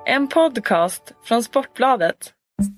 En podcast från Sportbladet.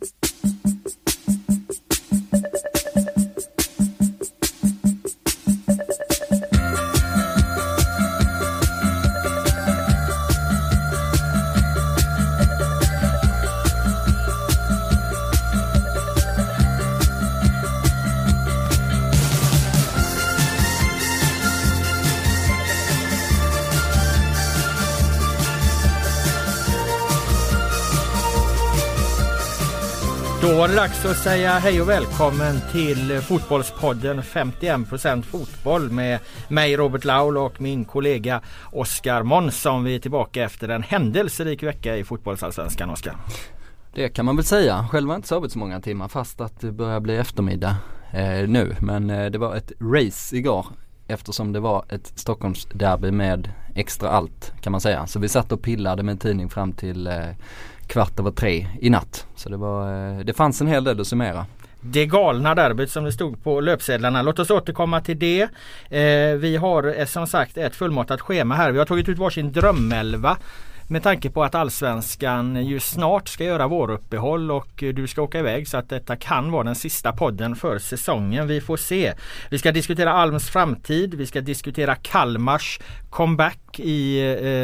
Då var det dags att säga hej och välkommen till Fotbollspodden 51% fotboll med mig Robert Laul och min kollega Oskar Månsson. Vi är tillbaka efter en händelserik vecka i fotbollsallsvenskan, Oskar. Det kan man väl säga. Själv har jag inte sovit så många timmar fast att det börjar bli eftermiddag nu. Men det var ett race igår eftersom det var ett Stockholmsderby med extra allt kan man säga. Så vi satt och pillade med en tidning fram till 2:15 i natt. Så det fanns en hel del att summera. Det galna derbyt som det stod på löpsedlarna. Låt oss återkomma till det. Vi har som sagt ett fullmatat schema här. Vi har tagit ut varsin drömelva med tanke på att allsvenskan ju snart ska göra våruppehåll och du ska åka iväg, så att detta kan vara den sista podden för säsongen. Vi får se. Vi ska diskutera Alms framtid. Vi ska diskutera Kalmars comeback i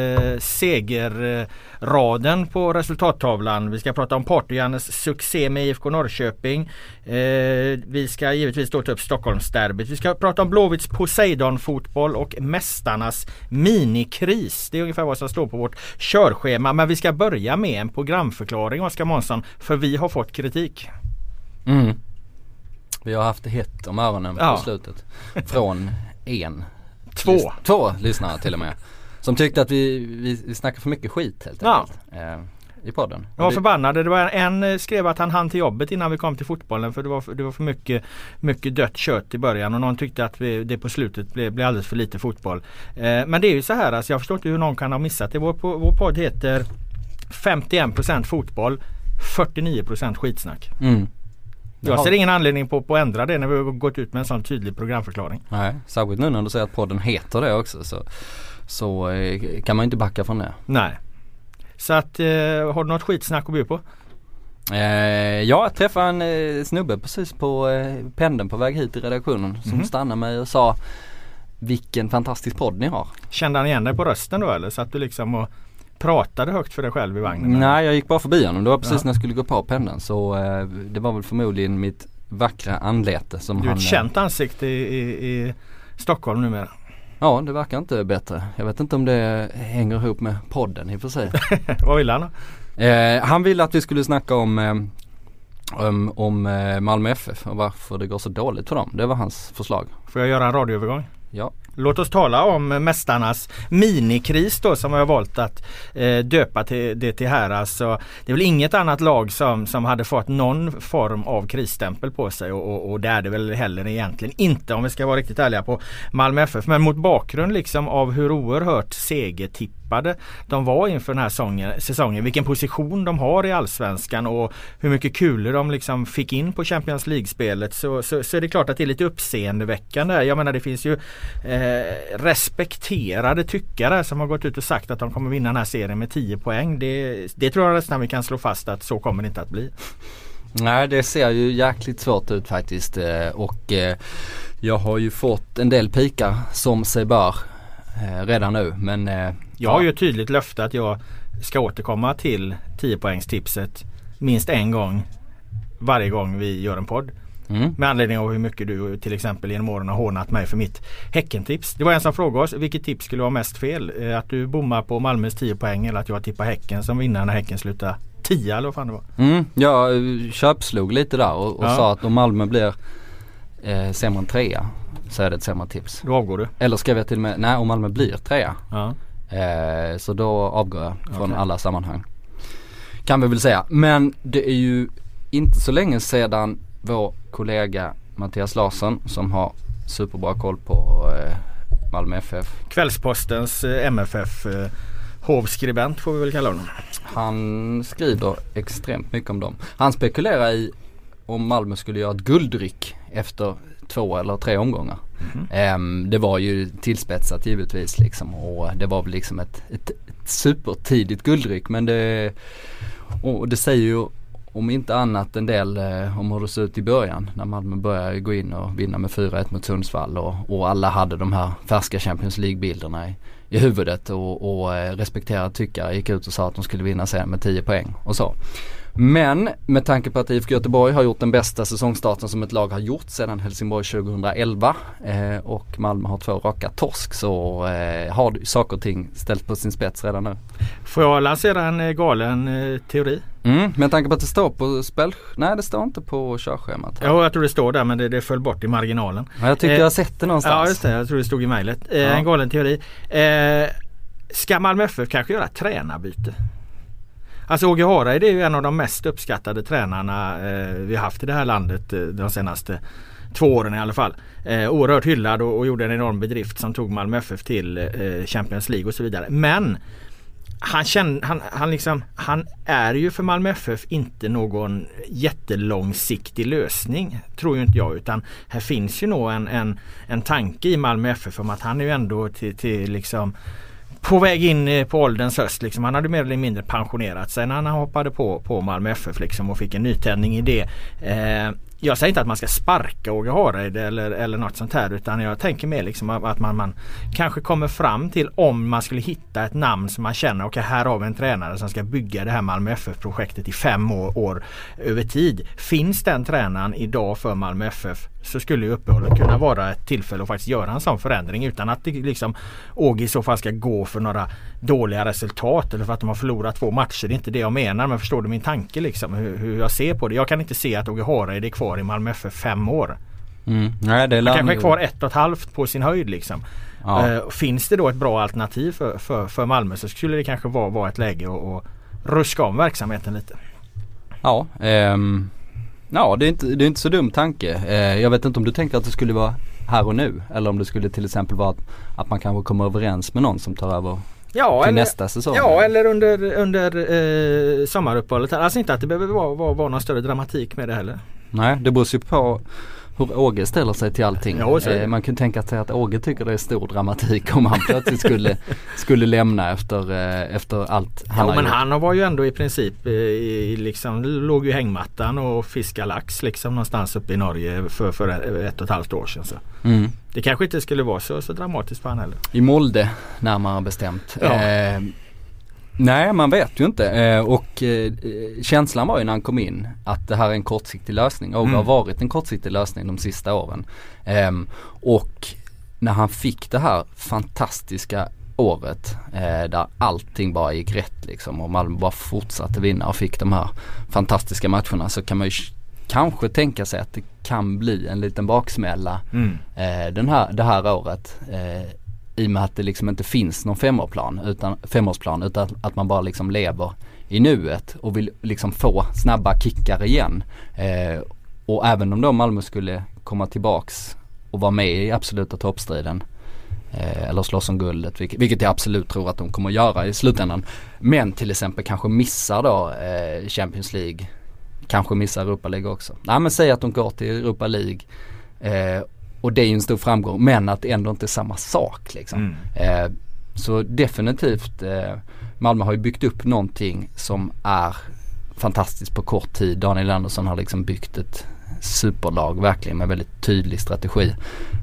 segerraden på resultattavlan. Vi ska prata om Portugalens succé med IFK Norrköping. Vi ska givetvis ta upp Stockholmsderbyt. Vi ska prata om Blåvitts Poseidon-fotboll och mästarnas minikris. Det är ungefär vad som står på vårt körschema. Men vi ska börja med en programförklaring, Oskar Månsson, för vi har fått kritik. Vi har haft det hett om öronen på slutet. Från två lyssnare till och med. Som tyckte att vi snackar för mycket skit helt enkelt i podden. Jag var förbannade. Det var en skrev att han hann till jobbet innan vi kom till fotbollen för det var för mycket dött kött i början, och någon tyckte att det på slutet blev alldeles för lite fotboll. Men det är ju så här, alltså, jag förstår inte hur någon kan ha missat det. Vår podd heter 51% fotboll, 49% skitsnack. Jag ser ingen anledning på att ändra det när vi har gått ut med en sån tydlig programförklaring. Nej, särskilt nu när du säger att podden heter det också så kan man inte backa från det. Nej. Så att, har du något skitsnack att bjuda på? Jag träffade en snubbe precis på pendeln på väg hit till redaktionen som stannade mig och sa: vilken fantastisk podd ni har. Kände han igen dig på rösten då, eller så att du liksom och pratade högt för dig själv i vagnen? Nej, jag gick bara förbi honom. Det var precis när jag skulle gå på pendeln. Så det var väl förmodligen mitt vackra anlete som du är ett känt ansikte i Stockholm numera. Ja, det verkar inte bättre. Jag vet inte om det hänger ihop med podden i och för sig. Vad vill han då? Han ville att vi skulle snacka om Malmö FF och varför det går så dåligt för dem. Det var hans förslag. Får jag göra en radioövergång? Ja. Låt oss tala om mästarnas minikris då, som jag har valt att döpa det till här. Alltså, det är väl inget annat lag som hade fått någon form av krisstämpel på sig, och det är det väl heller egentligen inte, om vi ska vara riktigt ärliga, på Malmö FF. Men mot bakgrund liksom av hur oerhört segertippade de var inför den här säsongen, vilken position de har i allsvenskan och hur mycket kulor de liksom fick in på Champions League-spelet, så är det klart att det är lite uppseendeväckande. Jag menar, det finns ju respekterade tyckare som har gått ut och sagt att de kommer vinna den här serien med 10 poäng. Det tror jag nästan vi kan slå fast att så kommer det inte att bli. Nej, det ser ju jäkligt svårt ut faktiskt, och jag har ju fått en del pikar som sig bör redan nu, men jag har ju tydligt löfte att jag ska återkomma till 10-poängstipset minst en gång varje gång vi gör en podd. Med anledning av hur mycket du till exempel genom åren har hånat mig för mitt Häcken-tips. Det var en som frågade oss, vilket tips skulle vara mest fel? Att du bommar på Malmös 10 poäng eller att jag tippar Häcken som vinner när Häcken slutar 10 eller vad fan det var? Jag köpslog lite där och sa att om Malmö blir sämre än 3 så är det ett sämre tips. Då avgår du? Eller ska vi till och med, nej, om Malmö blir 3 så då avgår jag från alla sammanhang. Kan vi väl säga. Men det är ju inte så länge sedan vår kollega Mattias Larsson, som har superbra koll på Malmö FF. Kvällspostens MFF hovskribent får vi väl kalla honom. Han skriver extremt mycket om dem. Han spekulerar i om Malmö skulle göra ett guldryck efter 2 eller 3 omgångar. Det var ju tillspetsat givetvis liksom, och det var väl liksom ett supertidigt guldryck, men det säger ju om inte annat en del om hur det såg ut i början när Malmö började gå in och vinna med 4-1 mot Sundsvall och alla hade de här färska Champions League-bilderna i huvudet och respekterade tyckare gick ut och sa att de skulle vinna sen med 10 poäng och så. Men med tanke på att IFK Göteborg har gjort den bästa säsongstarten som ett lag har gjort sedan Helsingborg 2011 och Malmö har 2 raka torsk, så har saker och ting ställt på sin spets redan nu. Får jag lansera en galen teori? Med tanke på att det står på nej, det står inte på körschemat. Ja, jag tror det står där, men det föll bort i marginalen. Ja, jag tycker jag har sett det någonstans. Ja, just det. Jag tror det stod i mejlet. En galen teori. Ska Malmö FF kanske göra tränarbyte? Alltså Åge Hareide är ju en av de mest uppskattade tränarna vi har haft i det här landet de senaste 2 åren i alla fall. Oerhört hyllad och gjorde en enorm bedrift som tog Malmö FF till Champions League och så vidare. Men han är ju för Malmö FF inte någon jättelångsiktig lösning, tror ju inte jag, utan här finns ju nog en tanke i Malmö FF om att han är ju ändå till liksom på väg in på ålderns höst liksom. Han hade mer eller mindre pensionerat sig när han hoppade på Malmö FF liksom och fick en nytändning i det. Jag säger inte att man ska sparka Åge Hareide eller något sånt här, utan jag tänker mer liksom att man kanske kommer fram till, om man skulle hitta ett namn som man känner, okej, här har vi en tränare som ska bygga det här Malmö FF-projektet i 5 år över tid. Finns den tränaren idag för Malmö FF, så skulle ju uppehållet kunna vara ett tillfälle att faktiskt göra en sån förändring utan att det liksom Åge i så fall ska gå för några dåliga resultat eller för att de har förlorat 2 matcher. Det är inte det jag menar, men förstår du min tanke liksom, hur jag ser på det? Jag kan inte se att Åge Hareide är kvar i Malmö FF 5 år. Nej, det är han kanske är kvar 1,5 på sin höjd liksom. Ja. Finns det då ett bra alternativ för Malmö, så skulle det kanske vara ett läge att ruska om verksamheten lite. Ja, ja, det är inte så dum tanke. Jag vet inte om du tänker att det skulle vara här och nu, eller om det skulle till exempel vara att man kanske kommer överens med någon som tar över till nästa säsong. Ja, eller under sommaruppehållet. Alltså inte att det behöver vara någon större dramatik med det heller. Nej, det beror ju på hur Åge ställer sig till allting. Ja, man kan tänka sig att Åge tycker det är stor dramatik om han plötsligt skulle lämna efter allt han har gjort. Men han var ju ändå i princip liksom, låg ju hängmattan och fiskade lax liksom någonstans uppe i Norge för 1,5 år sedan. Så. Det kanske inte skulle vara så dramatiskt på han heller. I Molde närmare bestämt. Ja. Nej, man vet ju inte. Och känslan var ju när han kom in att det här är en kortsiktig lösning. Och det har varit en kortsiktig lösning de sista åren. Och när han fick det här fantastiska året där allting bara gick rätt liksom, och Malmö bara fortsatte vinna och fick de här fantastiska matcherna, så kan man ju kanske tänka sig att det kan bli en liten baksmälla det här året. I och med att det liksom inte finns någon femårsplan utan att man bara liksom lever i nuet och vill liksom få snabba kickar igen. Och även om då Malmö skulle komma tillbaks och vara med i absoluta toppstriden eller slåss om guldet, vilket jag absolut tror att de kommer att göra i slutändan, men till exempel kanske missar då Champions League, kanske missar Europa League också. Nej, men säg att de går till Europa League och det är ju en stor framgång, men att det ändå inte är samma sak liksom. Så definitivt Malmö har ju byggt upp någonting som är fantastiskt på kort tid. Daniel Andersson har liksom byggt ett superlag verkligen med väldigt tydlig strategi.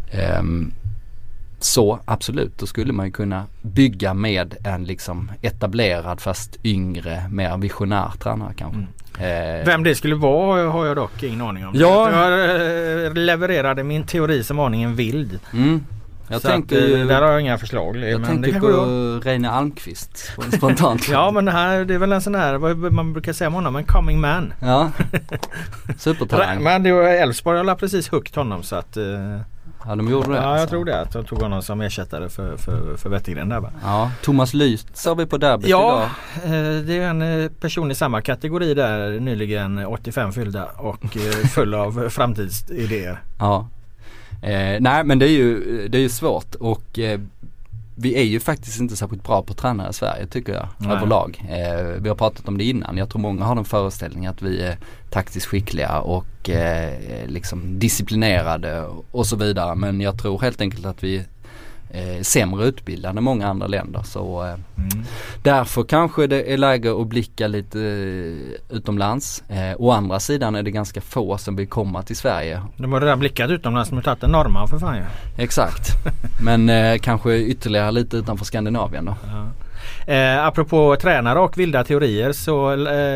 Så absolut, då skulle man ju kunna bygga med en liksom etablerad fast yngre, mer visionär tränare kanske. Vem det skulle vara har jag dock ingen aning om. Ja. Jag levererade min teori som aningen vild. Jag tänker där har jag inga förslag. Jag tänker på Reine Almqvist spontant. Ja, men det är väl en sån här, vad man brukar säga om honom, en coming man. Ja, supertalang. Men det var Elfsborg, jag har precis huggit honom så att... Ja, de gjorde det. Ja, jag tror det. Att de tog honom som ersättare för Wettergren där, va? Ja, Thomas Lyst sa vi på derbyt idag. Ja, det är en person i samma kategori där, nyligen 85 fyllda och full av framtidsidéer. Ja. Nej, men det är ju svårt och vi är ju faktiskt inte särskilt bra på tränare i Sverige tycker jag, överlag. Vi har pratat om det innan. Jag tror många har den föreställningen att vi är taktiskt skickliga och liksom disciplinerade och så vidare. Men jag tror helt enkelt att vi sämre utbildade än många andra länder, så därför kanske det är läge att blicka lite utomlands. Å andra sidan är det ganska få som vill komma till Sverige. De har redan blickat utomlands, som tagit en norrman för fan ju. Exakt, men kanske ytterligare lite utanför Skandinavien då. Ja. Apropå tränare och vilda teorier, så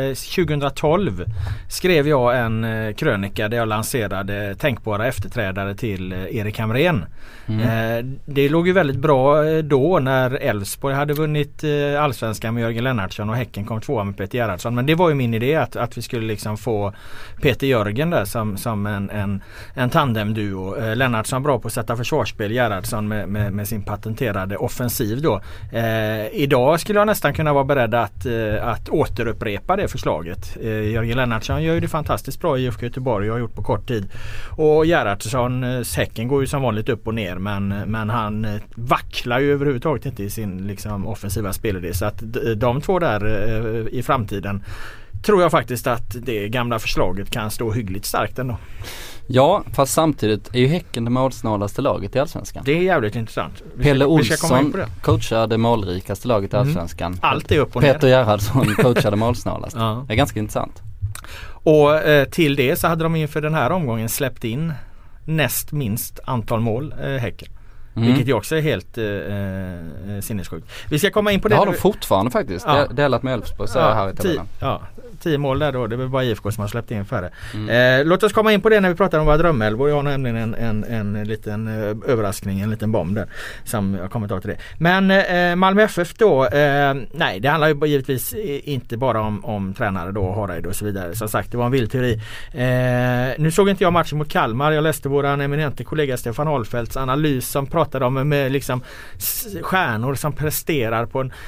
2012 skrev jag en krönika där jag lanserade tänkbara efterträdare till Erik Hamrén. Det låg ju väldigt bra då när Elfsborg hade vunnit allsvenskan med Jörgen Lennartsson och Häcken kom tvåa med Peter Gerhardsson. Men det var ju min idé att vi skulle liksom få Peter Jörgen där som en tandemduo. Lennartsson bra på att sätta försvarsspel, Gerhardsson med sin patenterade offensiv då. Idag skulle jag nästan kunna vara beredd att återupprepa det förslaget. Jörgen Lennartsson gör ju det fantastiskt bra i IFK Göteborg och har gjort på kort tid. Och Gerhardsson, Häcken går ju som vanligt upp och ner, men han vacklar ju överhuvudtaget inte i sin liksom offensiva spelidé. Så att de två där i framtiden tror jag faktiskt att det gamla förslaget kan stå hyggligt starkt ändå. Ja, fast samtidigt är ju Häcken det målsnålaste laget i Allsvenskan. Det är jävligt intressant. Pelle Olsson coachar det målrikaste laget i Allsvenskan. Allt är upp och ner. Peter Gerhardsson coachar det målsnålaste. Ja. Det är ganska intressant. Och till det så hade de inför den här omgången släppt in näst minst antal mål Häcken. Vilket ju också är helt sinnessjukt. Vi ska komma in på det. Det har de fortfarande faktiskt. Ja. Delat med Elfsborg så här i tabellen. 10 mål där då. Det är väl bara IFK som har släppt in före. Låt oss komma in på det när vi pratar om våra drömälvor. Jag har nämligen en liten överraskning, en liten bomb där som jag kommer ta till det. Men Malmö FF då, nej, det handlar ju givetvis inte bara om tränare då, Hareide och så vidare. Som sagt, det var en vild teori. Nu såg inte jag matchen mot Kalmar. Jag läste våran eminente kollega Stefan Ahlfeldts analys som pratade om med liksom stjärnor som presterar på en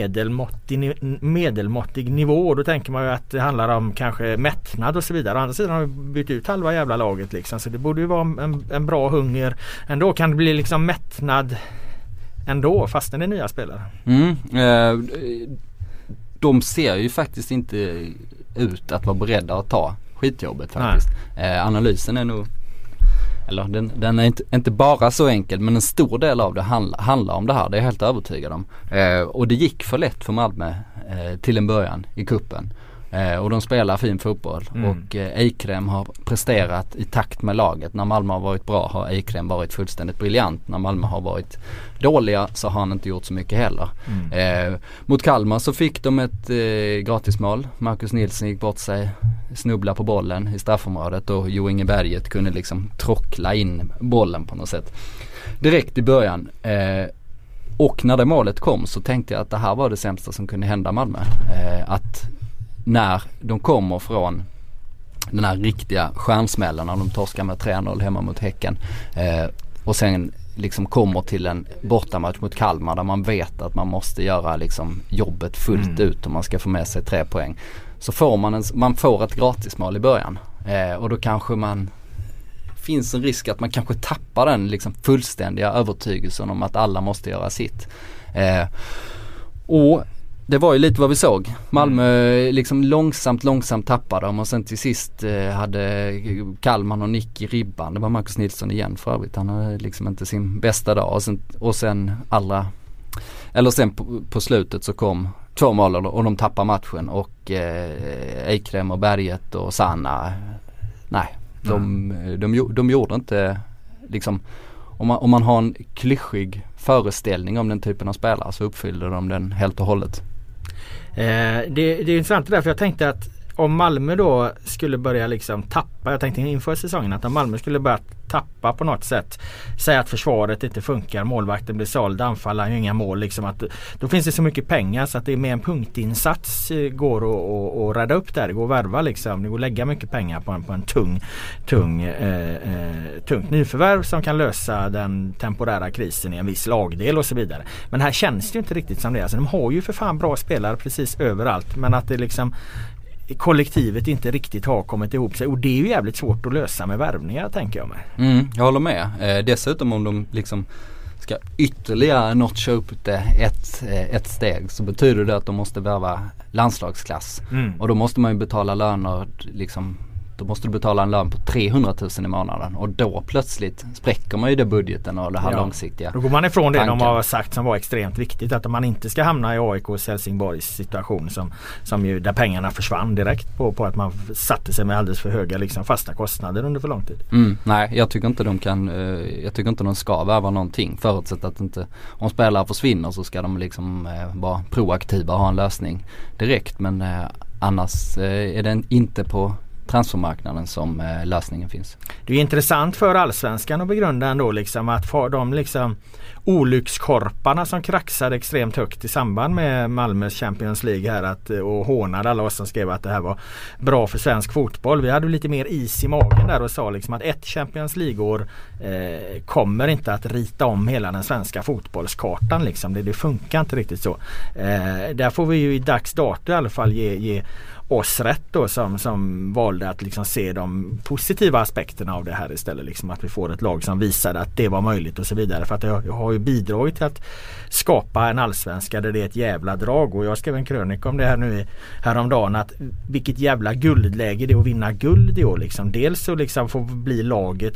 medelmåttig nivå. Och då tänker man ju att det handlar om kanske mättnad och så vidare. Å andra sidan har vi bytt ut halva jävla laget liksom. Så det borde ju vara en bra hunger. Ändå kan det bli liksom mättnad ändå fast det är nya spelare. De ser ju faktiskt inte ut att vara beredda att ta skitjobbet faktiskt. Analysen är nog, eller den är inte bara så enkel, men en stor del av det handlar om det här. Det är jag helt övertygad om. Och det gick för lätt för Malmö till en början i kuppen. Och de spelar fin fotboll. Och Eikrem har presterat i takt med laget. När Malmö har varit bra har Eikrem varit fullständigt briljant. När Malmö har varit dåliga så har han inte gjort så mycket heller. Mot Kalmar så fick de ett gratismål. Marcus Nilsson gick bort sig, snubbla på bollen i straffområdet och Jo Inge Berget kunde liksom trockla in bollen på något sätt direkt i början. Och när det målet kom så tänkte jag att det här var det sämsta som kunde hända Malmö. Att när de kommer från den här riktiga stjärnsmällen när de torskar med 3-0 hemma mot Häcken och sen liksom kommer till en bortamatch mot Kalmar där man vet att man måste göra liksom jobbet fullt ut om man ska få med sig 3 poäng, så får man får ett gratismål i början och då kanske finns en risk att man kanske tappar den liksom fullständiga övertygelsen om att alla måste göra sitt. Och det var ju lite vad vi såg. Malmö liksom långsamt tappade dem och sen till sist hade Kalmar och nick i ribban. Det var Marcus Nilsson igen för övrigt. Han hade liksom inte sin bästa dag och sen på slutet så kom 2 mål och de tappar matchen och Eikrem och Berget och Sanna, nej, de gjorde inte liksom, om man har en klyschig föreställning om den typen av spelare så uppfyller de den helt och hållet. Det är intressant därför jag tänkte att om Malmö då skulle börja liksom tappa, jag tänkte inför säsongen att om Malmö skulle börja tappa på något sätt, säga att försvaret inte funkar, målvakten blir såld, anfallar ju inga mål liksom, att då finns det så mycket pengar så att det med en punktinsats går att rädda upp där, det går att värva liksom, det går att lägga mycket pengar på en tungt nyförvärv som kan lösa den temporära krisen i en viss lagdel och så vidare. Men här känns det ju inte riktigt som det, alltså, de har ju för fan bra spelare precis överallt, men att det liksom kollektivet inte riktigt har kommit ihop sig, och det är ju jävligt svårt att lösa med värvningar, tänker jag mig. Jag håller med. Dessutom om de liksom ska ytterligare notcha upp det ett steg, så betyder det att de måste värva landslagsklass. Och då måste man ju betala löner liksom. Då måste du betala en lön på 300 000 i månaden och då plötsligt spräcker man ju det budgeten och det här långsiktiga. Då går man ifrån det tanken. De har sagt som var extremt viktigt, att man inte ska hamna i AIKs Helsingborgs situation som ju, där pengarna försvann direkt på att man satte sig med alldeles för höga liksom, fasta kostnader under för lång tid. Nej, jag tycker inte de ska värva någonting, förutsatt att inte, om spelare försvinner så ska de liksom vara proaktiva och ha en lösning direkt, men annars är den inte på transfermarknaden som lösningen finns. Det är intressant för allsvenskan att begrunda ändå liksom att få de liksom olyckskorparna som kraxade extremt högt i samband med Malmös Champions League här och hånade alla oss som skrev att det här var bra för svensk fotboll. Vi hade lite mer is i magen där och sa liksom att ett Champions League-år kommer inte att rita om hela den svenska fotbollskartan liksom. Det funkar inte riktigt så. Där får vi ju i dags dato i alla fall ge oss rätt då som valde att liksom se de positiva aspekterna av det här istället, liksom att vi får ett lag som visade att det var möjligt och så vidare, för att jag har ju bidragit till att skapa en allsvenska där det är ett jävla drag, och jag skrev en krönika om det här nu häromdagen, att vilket jävla guldläge det är att vinna guld i år liksom. Dels så liksom får bli laget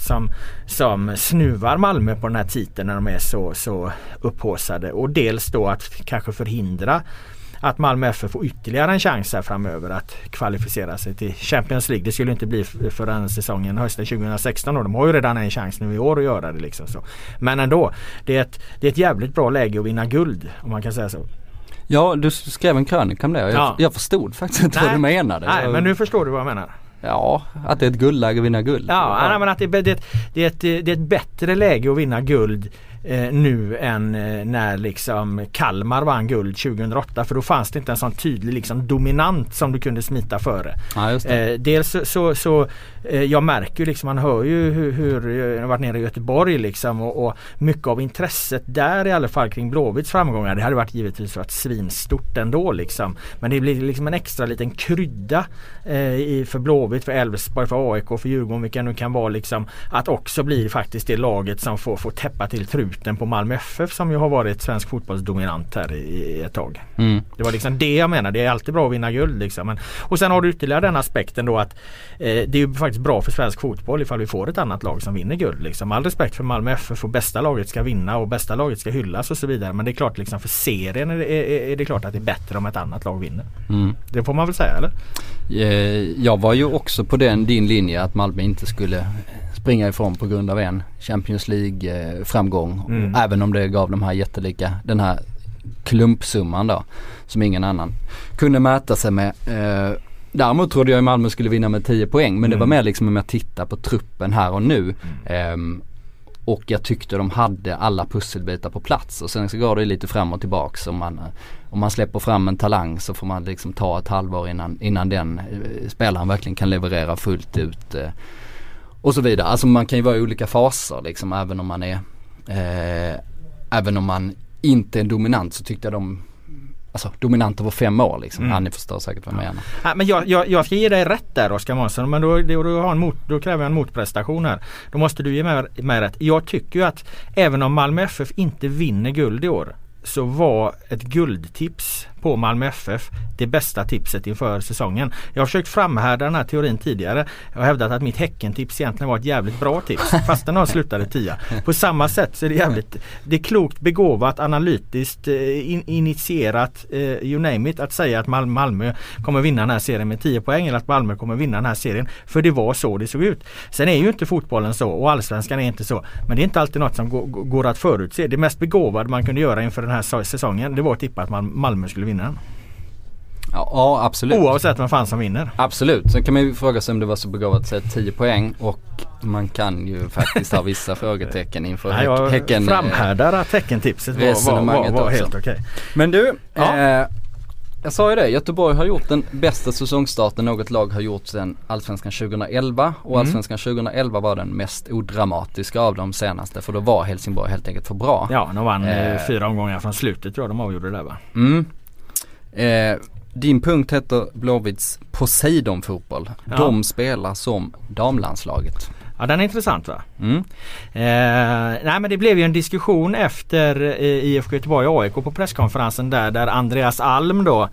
som snuvar Malmö på den här titeln när de är så upphåsade, och dels då att kanske förhindra att Malmö FF får ytterligare en chans här framöver att kvalificera sig till Champions League. Det skulle inte bli för den säsongen hösten 2016 och de har ju redan en chans nu i år att göra det liksom så. Men ändå, det är ett jävligt bra läge att vinna guld, om man kan säga så. Ja, du skrev en krönika om det. Jag förstod faktiskt inte vad du menade. Nej, men nu förstår du vad jag menar. Ja, att det är ett guldläge att vinna guld. Ja, nej, men att det är ett bättre läge att vinna guld nu än när liksom Kalmar vann guld 2008, för då fanns det inte en sån tydlig liksom dominant som du kunde smita före. Ja, just det. Dels så jag märker ju liksom, man hör ju hur jag har varit nere i Göteborg liksom, och mycket av intresset där i alla fall kring Blåvitts framgångar, det hade varit givetvis varit svinstort ändå liksom, men det blir liksom en extra liten krydda för Blåvitt, för Elfsborg, för AIK, för Djurgården, vilka nu kan vara liksom, att också bli faktiskt det laget som får täppa till truten på Malmö FF, som ju har varit svensk fotbollsdominant här i ett tag. Det var liksom det jag menar, det är alltid bra att vinna guld liksom. Men, och sen har du ytterligare den aspekten då att det är ju faktiskt bra för svensk fotboll ifall vi får ett annat lag som vinner guld liksom. All respekt för Malmö FF, och bästa laget ska vinna och bästa laget ska hyllas och så vidare, men det är klart liksom, för serien är det klart att det är bättre om ett annat lag vinner. Det får man väl säga, eller? Jag var ju också på din linje att Malmö inte skulle springa ifrån på grund av en Champions League framgång, även om det gav de här jättelika, den här klumpsumman då, som ingen annan kunde mäta sig med. Däremot trodde jag att Malmö skulle vinna med 10 poäng, men det var mer liksom om jag tittar på truppen här och nu. Och jag tyckte de hade alla pusselbitar på plats, och sen så går det lite fram och tillbaks. Om man släpper fram en talang så får man liksom ta ett halvår innan den spelaren verkligen kan leverera fullt ut och så vidare. Alltså man kan ju vara i olika faser liksom, även om man inte är dominant, så tyckte jag de dominant över 5 år liksom. Ni förstår säkert vad jag menar. Ja, men jag ska ge dig rätt där, Oskar Månsson, men då kräver jag en motprestation här. Då måste du ge mig rätt. Jag tycker ju att även om Malmö FF inte vinner guld i år, så var ett guldtips på Malmö FF det bästa tipset inför säsongen. Jag har försökt framhärda den här teorin tidigare. Jag har hävdat att mitt Häcken-tips egentligen var ett jävligt bra tips, fast den har slutade 10. På samma sätt så är det är klokt, begåvat, analytiskt, initierat, you name it, att säga att Malmö kommer vinna den här serien med 10 poäng, eller att Malmö kommer vinna den här serien, för det var så det såg ut. Sen är ju inte fotbollen så, och allsvenskan är inte så, men det är inte alltid något som går att förutse. Det mest begåvade man kunde göra inför den här säsongen, det var att tippa att Malmö skulle vinna den. Ja, absolut. Oavsett vem fan som vinner. Absolut. Sen kan man ju fråga sig om det var så begåvat att säga 10 poäng, och man kan ju faktiskt ha vissa frågetecken inför Häcken. Jag framhärdar att Häcken-tipset var helt okej. Men du, jag sa ju det, Göteborg har gjort den bästa säsongstarten något lag har gjort sedan Allsvenskan 2011, och Allsvenskan 2011 var den mest odramatiska av de senaste, för då var Helsingborg helt enkelt för bra. Ja, de vann 4 omgångar från slutet, tror jag de avgjorde det där, va? Din punkt heter Blåvitts Poseidon-fotboll. Ja. De spelar som damlandslaget. Ja, den är intressant va? Nej, men det blev ju en diskussion efter IFK Göteborg och AIK på presskonferensen där Andreas Alm då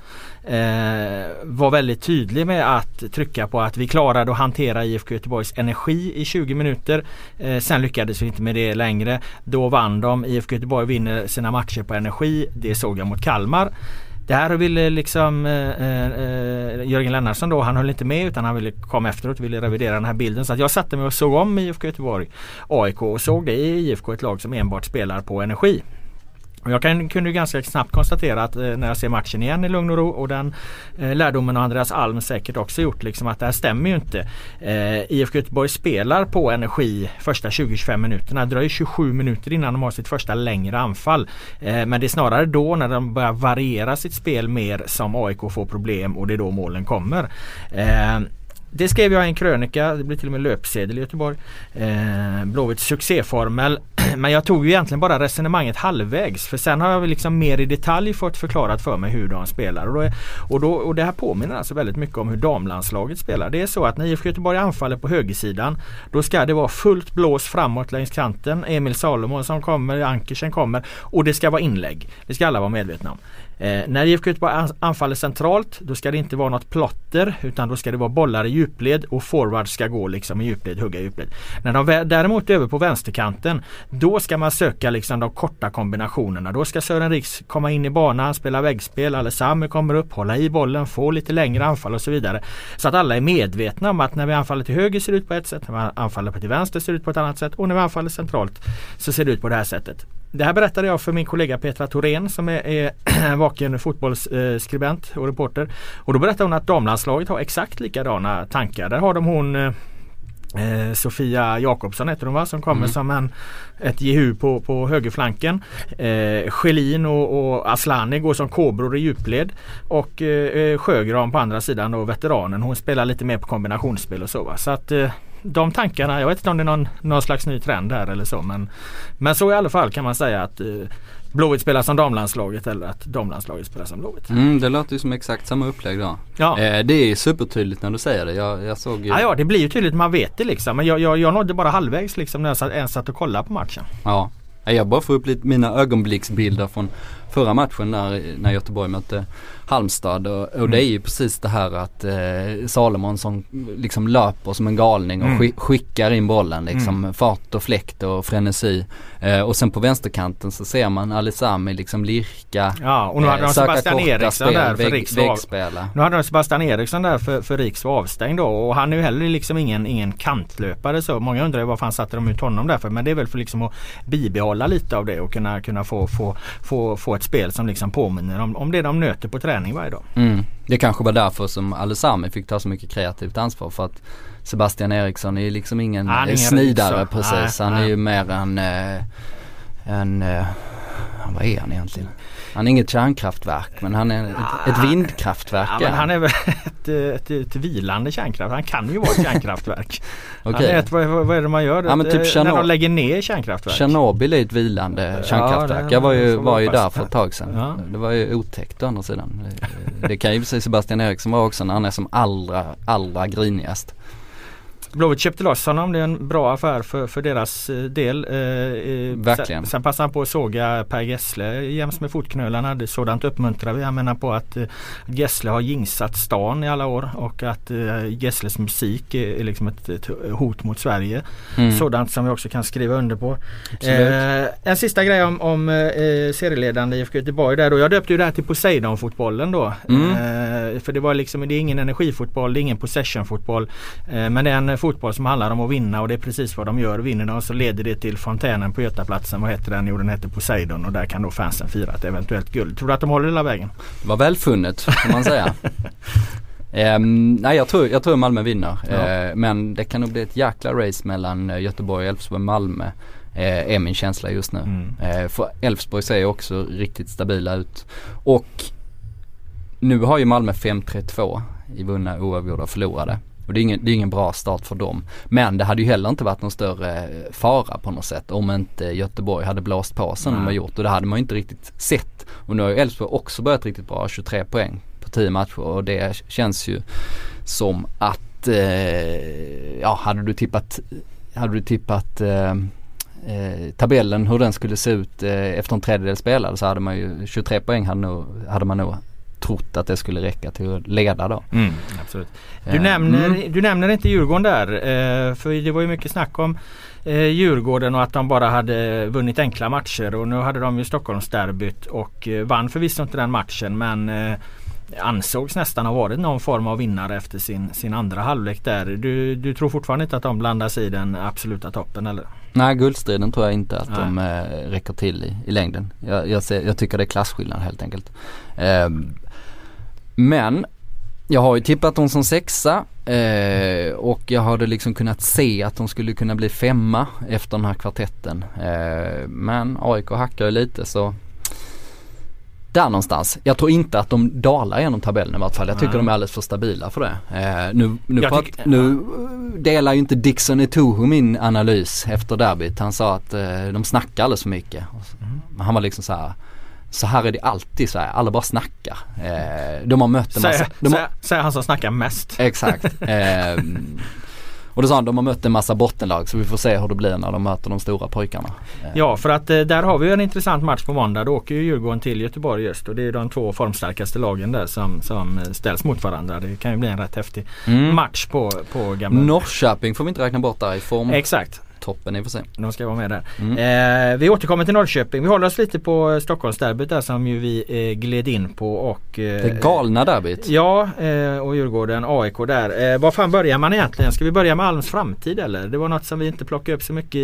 var väldigt tydlig med att trycka på att vi klarade att hantera IFK Göteborgs energi i 20 minuter. Sen lyckades vi inte med det längre. Då vann de. IFK Göteborg vinner sina matcher på energi. Det såg jag mot Kalmar. Det här ville liksom Jörgen Lennartsson då, han höll inte med utan han ville komma efteråt och ville revidera den här bilden. Så att jag satte mig och såg om IFK Göteborg AIK och såg det i IFK ett lag som enbart spelar på energi. Och jag kunde ju ganska snabbt konstatera att när jag ser matchen igen i lugn och ro, och den lärdomen har Andreas Alm säkert också gjort, liksom att det här stämmer ju inte. IFK Göteborg spelar på energi första 20-25 minuterna. Det dröjer 27 minuter innan de har sitt första längre anfall. Men det är snarare då när de börjar variera sitt spel mer som AIK får problem, och det är då målen kommer. Det skrev jag i en krönika, det blir till och med löpsedel i Göteborg. Blåvitts succéformel. Men jag tog ju egentligen bara resonemanget halvvägs. För sen har jag liksom mer i detalj fått förklarat för mig hur de spelar. Och det här påminner alltså väldigt mycket om hur damlandslaget spelar. Det är så att när IFK Göteborg anfaller på högersidan, då ska det vara fullt blås framåt längs kanten. Emil Salomon som kommer, Ankersen kommer, och det ska vara inlägg. Det ska alla vara medvetna om. När IFK Göteborg anfaller centralt, då ska det inte vara något plotter, utan då ska det vara bollar i djupled och forward ska gå liksom i djupled, hugga i djupled. När de däremot är över på vänsterkanten, då ska man söka liksom de korta kombinationerna. Då ska Sören Riks komma in i banan, spela väggspel, Alessami kommer upp, hålla i bollen, få lite längre anfall och så vidare. Så att alla är medvetna om att när vi anfaller till höger ser det ut på ett sätt, när vi anfaller till vänster ser det ut på ett annat sätt, och när vi anfaller centralt så ser det ut på det här sättet. Det här berättade jag för min kollega Petra Thorén som är vaken fotbollsskribent och reporter. Och då berättade hon att damlandslaget har exakt likadana tankar. Där har de Sofia Jakobsson heter hon va, som kommer som ett jehu på högerflanken. Schelin och Aslani går som kobror i djupled, och Sjögran på andra sidan och veteranen, hon spelar lite mer på kombinationsspel och så va. Så att de tankarna, jag vet inte om det är någon slags ny trend här eller så, men så i alla fall kan man säga att Blåvitt spelar som damlandslaget eller att damlandslaget spelar som Blåvitt. Det låter ju som exakt samma upplägg då. Ja. Det är supertydligt när du säger det. Jag såg ju... Ja, det blir ju tydligt, man vet det liksom. Men jag nådde bara halvvägs liksom när jag satt och kollade på matchen. Ja, jag bara får upp lite mina ögonblicksbilder från förra matchen när Göteborg mötte Halmstad och det är ju precis det här att Salomon som liksom löper som en galning och skickar in bollen liksom, fart och fläkt och frenesi, och sen på vänsterkanten så ser man Alessami liksom lirka, och nu hade de Sebastian Eriksson där för Riks vägspela. Nu hade de Sebastian Eriksson där för Riks var avstängd då, och han är ju heller liksom ingen kantlöpare, så många undrar vad fan satte de ut honom därför, men det är väl för liksom att bibehålla lite av det och kunna få ett spel som liksom påminner om det de nöter på träning varje dag. Det kanske var därför som Alessami fick ta så mycket kreativt ansvar, för att Sebastian Eriksson är liksom ingen snidare precis. Han är ju mer en vad är han egentligen? Han är inget kärnkraftverk, men han är ett vindkraftverk. Ja, men han är väl ett vilande kärnkraft. Han kan ju vara ett kärnkraftverk. Okay. Vad är det man gör? Ja, typ när de lägger ner kärnkraftverk. Tjernobyl är ett vilande kärnkraftverk. Jag var ju där för ett tag sedan. Ja. Det var ju otäckt å andra sidan. Det kan ju precis Sebastian Eriksson var också när han är som allra grinigast. Blåvitt köpte loss honom, det är en bra affär för deras del. Verkligen. Sen passade han på att såga Per Gessle jäms med fotknölarna. Det sådant uppmuntrar vi. Jag menar på att Gessle har jingsat stan i alla år, och att Gessles musik är liksom ett hot mot Sverige. Sådant som vi också kan skriva under på. En sista grej om serieledande IFK Göteborg där då. Jag döpte ju det här till Poseidon-fotbollen då. För det var liksom, det är ingen energifotboll, det är ingen possession-fotboll, men det är en fotboll som handlar om att vinna, och det är precis vad de gör. Vinner de så leder det till fontänen på Götaplatsen. Vad heter den? Jo, den heter Poseidon, och där kan då fansen fira ett eventuellt guld. Tror du att de håller hela vägen? Det var välfunnet, kan man säga. Nej, jag tror Malmö vinner. Men det kan nog bli ett jäkla race mellan Göteborg, Elfsborg och Malmö. Är min känsla just nu. För Elfsborg ser också riktigt stabila ut. Och nu har ju Malmö 5-3-2 i vunna, oavgjorda och förlorade. Och det är ingen bra start för dem. Men det hade ju heller inte varit någon större fara på något sätt om inte Göteborg hade blåst på som de har gjort. Och det hade man ju inte riktigt sett. Och nu har ju Elfsborg också börjat riktigt bra, 23 poäng på 10 matcher. Och det känns ju som att hade du tippat hade du tippat tabellen hur den skulle se ut efter en tredjedel spelad, så hade man ju 23 poäng hade man nog trott att det skulle räcka till att leda då. Absolut. Du nämner inte Djurgården där, för det var ju mycket snack om Djurgården och att de bara hade vunnit enkla matcher, och nu hade de ju Stockholmsderbyt och vann förvisso inte den matchen, men ansågs nästan ha varit någon form av vinnare efter sin andra halvlek där. Du tror fortfarande inte att de blandar sig i den absoluta toppen, eller? Nej, guldstriden tror jag inte att de räcker till i längden. Jag tycker det är klasskillnad helt enkelt. Men jag har ju tippat dem som 6:a och jag hade liksom kunnat se att de skulle kunna bli 5:a efter den här kvartetten. Men AIK hackar ju lite, så där någonstans. Jag tror inte att de dalar genom tabellen i vart fall. Jag tycker de är alldeles för stabila för det. Nu delar ju inte Dixon Eto'o min analys efter derbyt. Han sa att de snackar alldeles för mycket. Han var liksom så här är det alltid så här. Alla bara snackar. De har mött en massa... Säger han som snackar mest. Exakt. Och då sa han, de har mött en massa bottenlag, så vi får se hur det blir när de möter de stora pojkarna. Ja, för att där har vi en intressant match på måndag. Då åker ju Djurgården till Göteborg just, och det är de 2 formstarkaste lagen där som ställs mot varandra. Det kan ju bli en rätt häftig match på gamla... Norrköping får vi inte räkna bort där i form. Exakt. Toppen i och för sig. De ska vara med där. Vi återkommer till Norrköping. Vi håller oss lite på Stockholmsderbyt där som ju vi gled in på. Och, det galna derbyt. Ja, och Djurgården, AIK där. Var fan börjar man egentligen? Ska vi börja med Alms framtid, eller? Det var något som vi inte plockade upp så mycket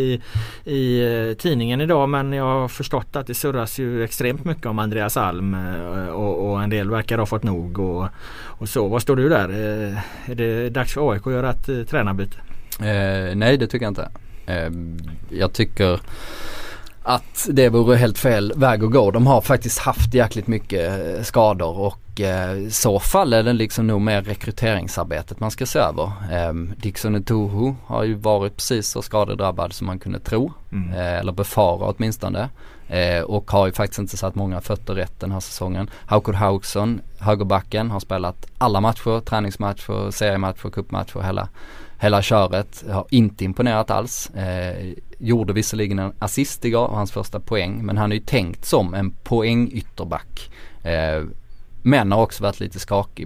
i tidningen idag, men jag har förstått att det surras ju extremt mycket om Andreas Alm och en del verkar ha fått nog och så. Vad står du där? Är det dags för AIK att göra ett tränarbyte? Nej, det tycker jag inte. Jag tycker att det vore helt fel väg att gå. De har faktiskt haft jäkligt mycket skador, och i så fall är det liksom nog mer rekryteringsarbetet man ska se över. Dixon Eto'o har ju varit precis så skadedrabbad som man kunde tro, eller befara åtminstone, och har ju faktiskt inte satt många fötter rätt den här säsongen. Haukur Hauksson, högerbacken, har spelat alla matcher, träningsmatcher, seriematcher, cupmatcher, hela köret, har inte imponerat alls. Gjorde visserligen en assist igår, hans första poäng, men han är ju tänkt som en poängytterback. Men har också varit lite skakig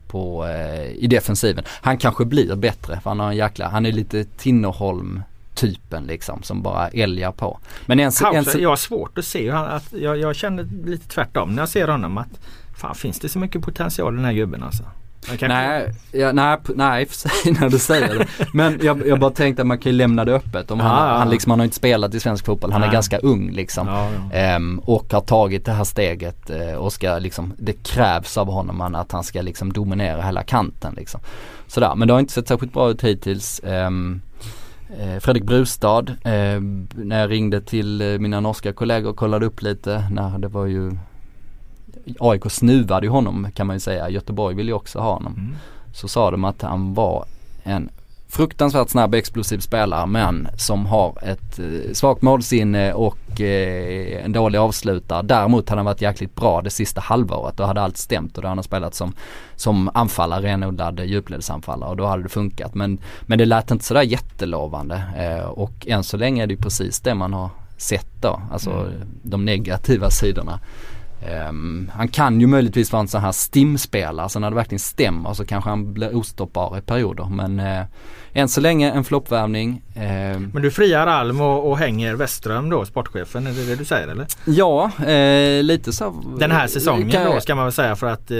i defensiven. Han kanske blir bättre, för han är lite Tinnerholm typen liksom, som bara älgar på. Men jag har svårt att se att jag känner lite tvärtom när jag ser honom, att fan, finns det så mycket potential i den här gubben alltså? Nej, för sig när du säger det. Men jag bara tänkte att man kan ju lämna det öppet. Han har inte spelat i svensk fotboll. Han är ganska ung liksom. Och har tagit det här steget och ska liksom, det krävs av honom att han ska liksom dominera hela kanten liksom. Sådär, men det har inte sett särskilt bra ut hittills. Fredrik Brustad, när jag ringde till mina norska kollegor och kollade upp lite, det var ju AIK snuvade ju honom, kan man ju säga. Göteborg vill ju också ha honom. Så sa de att han var en fruktansvärt snabb, explosiv spelare, men som har ett svagt målsinne och en dålig avslutare. Däremot hade han varit jäkligt bra det sista halvåret. Då hade allt stämt, och då hade han spelat som anfallare, renodlad djupledsanfallare, och då hade det funkat. Men det lät inte sådär jättelovande, och än så länge är det ju precis det man har sett då. Alltså de negativa sidorna. Han kan ju möjligtvis vara en sån här stimspelare, så när det verkligen stämmer så kanske han blir ostoppbar i perioder, men än så länge en floppvärvning. Men du friar Alm och hänger Westström då, sportchefen, är det du säger, eller? Ja, lite så. Den här säsongen då ska man väl säga, för att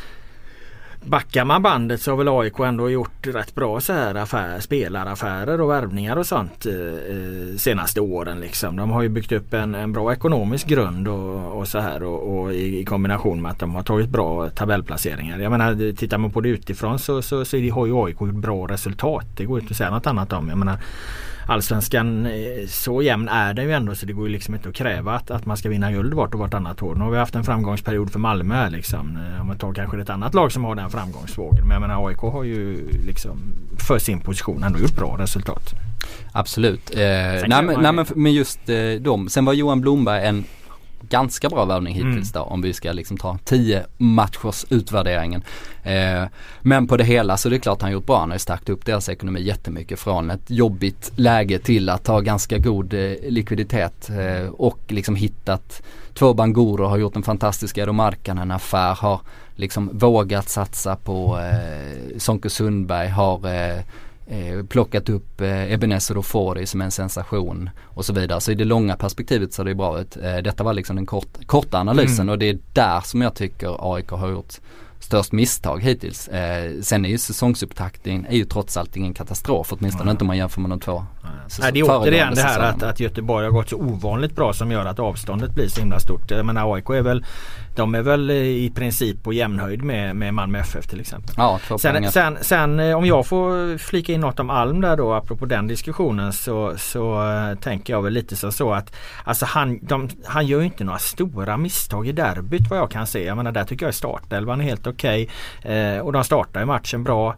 backar man bandet så har väl AIK ändå gjort rätt bra så här spelaraffärer och värvningar och sånt senaste åren liksom. De har ju byggt upp en bra ekonomisk grund och så här, och i kombination med att de har tagit bra tabellplaceringar. Jag menar, tittar man på det utifrån så har ju AIK gjort bra resultat. Det går inte att säga något annat om. Jag menar, Allsvenskan, så jämn är det ju ändå, så det går ju liksom inte att kräva att man ska vinna guld vart och vartannat år. Nu har vi haft en framgångsperiod för Malmö liksom. Om man tar kanske ett annat lag som har den framgångsvågen. Men jag menar, AIK har ju liksom för sin position ändå gjort bra resultat. Absolut. Men just dem. Sen var Johan Blomberg en ganska bra värvning hittills då, om vi ska liksom ta 10 matchers utvärderingen. Men på det hela så är det klart han gjort bra. Han har ju stärkt upp deras ekonomi jättemycket från ett jobbigt läge till att ha ganska god likviditet och liksom hittat 2 Banguro, har gjort en fantastisk Edo Markkanen-affär, har liksom vågat satsa på Sonke Sundberg, har plockat upp Ebenezer Ofori som en sensation och så vidare. Så i det långa perspektivet så är det bra ut. Detta var liksom den korta analysen och det är där som jag tycker AIK har gjort störst misstag hittills. Sen är ju säsongsupptaktningen är ju trots allt ingen katastrof, åtminstone inte om man jämför med de 2. Nej, det är återigen det här att Göteborg har gått så ovanligt bra som gör att avståndet blir så himla stort. Jag menar, AIK är väl i princip på jämnhöjd med Malmö FF till exempel. Ja, sen om jag får flika in något om Alm där då, apropå den diskussionen, så tänker jag väl lite så att alltså han gör ju inte några stora misstag i derbyt vad jag kan se. Jag menar, där tycker jag startelvan är helt okej. Och de startar ju matchen bra.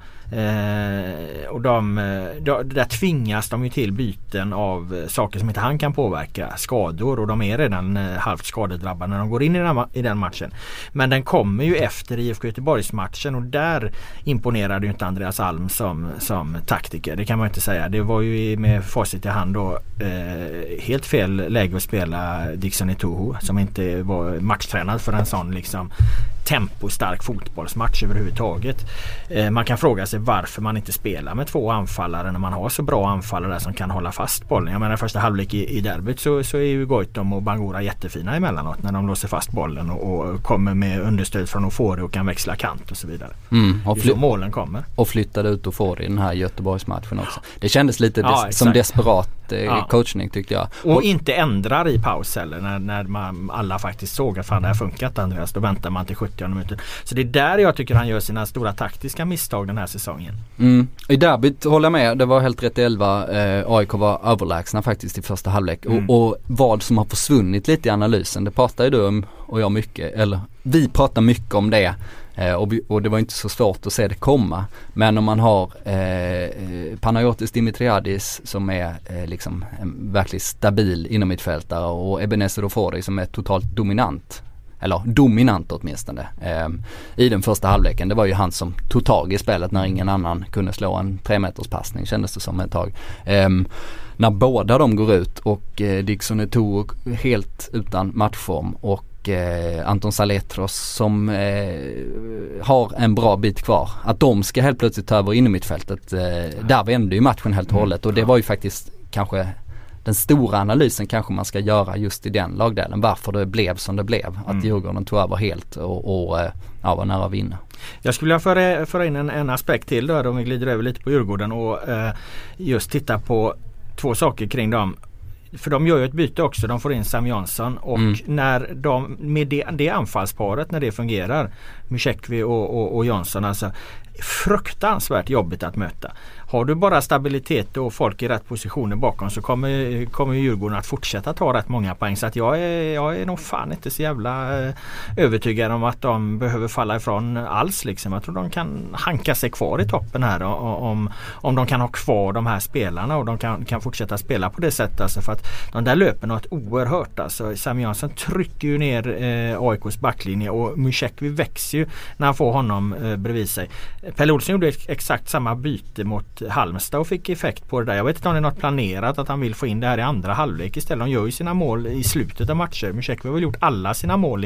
Och där tvingas de ju till byten av saker som inte han kan påverka, skador, och de är redan halvt skadedrabbade när de går in i den matchen. Men den kommer ju efter IFK Göteborgs matchen, och där imponerade ju inte Andreas Alm som taktiker, det kan man inte säga. Det var ju med facit i hand då helt fel läge att spela Dixon Eto'o, som inte var matchtränad för en sån liksom tempostark fotbollsmatch överhuvudtaget. Man kan fråga sig varför man inte spelar med 2 anfallare när man har så bra anfallare som kan hålla fast bollen. Jag menar, första halvlek i derbyt så är ju Goitom och Bangura jättefina emellanåt när de låser fast bollen och kommer med understöd från Ofori och kan växla kant och så vidare. Och det är så målen kommer. Och flyttade ut Ofori i den här Göteborgsmatchen också. Det kändes lite som desperat coachning tyckte jag. Och inte ändrar i paus heller när man alla faktiskt såg att fan det här funkat, Andreas. Då väntar man till 70 minuter. Så det är där jag tycker han gör sina stora taktiska misstag den här säsongen. I derbyt håller jag med. Det var helt rätt 11. AIK var överlägsna faktiskt i första halvlek. Och vad som har försvunnit lite i analysen, det pratar ju du om och jag mycket. Eller vi pratar mycket om det. Och det var inte så svårt att se det komma. Men om man har Panayotis Dimitriadis som är liksom en verkligen stabil inomhittfältare, och Ebenezer Ofori som är totalt dominant åtminstone i den första halvleken. Det var ju han som tog tag i spelet när ingen annan kunde slå en 3-meterspassning, kändes det som ett tag. När båda de går ut och Dixon Eto'o helt utan matchform och Anton Saletros som har en bra bit kvar, att de ska helt plötsligt ta över in i mittfältet, där vände ju matchen helt och hållet, och det var ju faktiskt kanske den stora analysen kanske man ska göra just i den lagdelen, varför det blev som det blev, att Djurgården tog över helt och var nära att vinna. Jag skulle vilja föra in en aspekt till då, om vi glider över lite på Djurgården och just titta på 2 saker kring dem. För de gör ju ett byte också, de får in Sam Jansson, och när de med det anfallsparet, när det fungerar, Musekvi och Jansson, alltså fruktansvärt jobbigt att möta. Har du bara stabilitet och folk i rätt positioner bakom, så kommer Djurgården att fortsätta ta rätt många poäng. Så att jag är nog fan inte så jävla övertygad om att de behöver falla ifrån alls liksom. Jag tror de kan hanka sig kvar i toppen här om de kan ha kvar de här spelarna och de kan fortsätta spela på det sättet. Alltså, för att de där löper något oerhört. Alltså, Sam Jansson trycker ju ner AIKs backlinje, och Musekvi växer ju när han får honom bredvid sig. Pelle Olsson gjorde exakt samma byte mot Halmstad och fick effekt på det där. Jag vet inte om det är något planerat att han vill få in det här i andra halvlek istället. De gör ju sina mål i slutet av matcher. Musekvi har väl gjort alla sina mål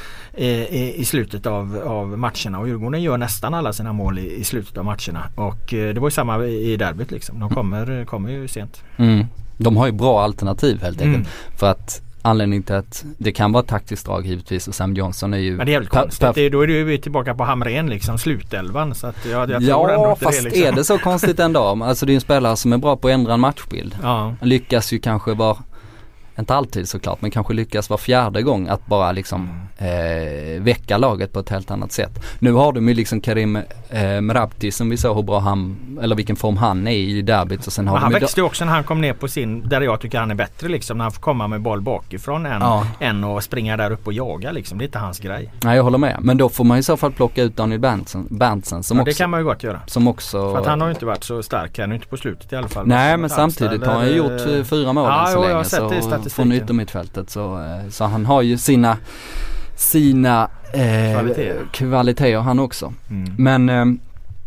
i slutet av matcherna, och Djurgården gör nästan alla sina mål i slutet av matcherna. Och det var ju samma i derbyt liksom. De kommer ju sent. De har ju bra alternativ helt enkelt. För att anledning till att det kan vara taktiskt drag givetvis, och Sam Johnson är ju... Men det är jävligt konstigt. Då är du tillbaka på Hamrén liksom, slutelvan. Så att jag tror ändå inte fast det liksom. Är det så konstigt ändå? Alltså det är en spelare som är bra på att ändra en matchbild. Han lyckas ju kanske vara, inte alltid såklart, men kanske lyckas var 4:e gång att bara liksom väcka laget på ett helt annat sätt. Nu har de ju liksom Karim Merabti som vi såg hur bra han, eller vilken form han är i derbyt. Och sen har han växte ju också när han kom ner på sin, där jag tycker han är bättre liksom, när han får komma med boll bakifrån än att springa där upp och jaga liksom. Det är inte hans grej. Nej, jag håller med. Men då får man i så fall plocka ut Daniel Berntsen som också, det kan man ju gott göra. Som också, för att han har ju inte varit så stark, han är inte på slutet i alla fall. Nej, men samtidigt har han ju gjort 4 mål så länge. Jag har sett det från yttermittfältet så han har ju sina kvaliteter han också. Men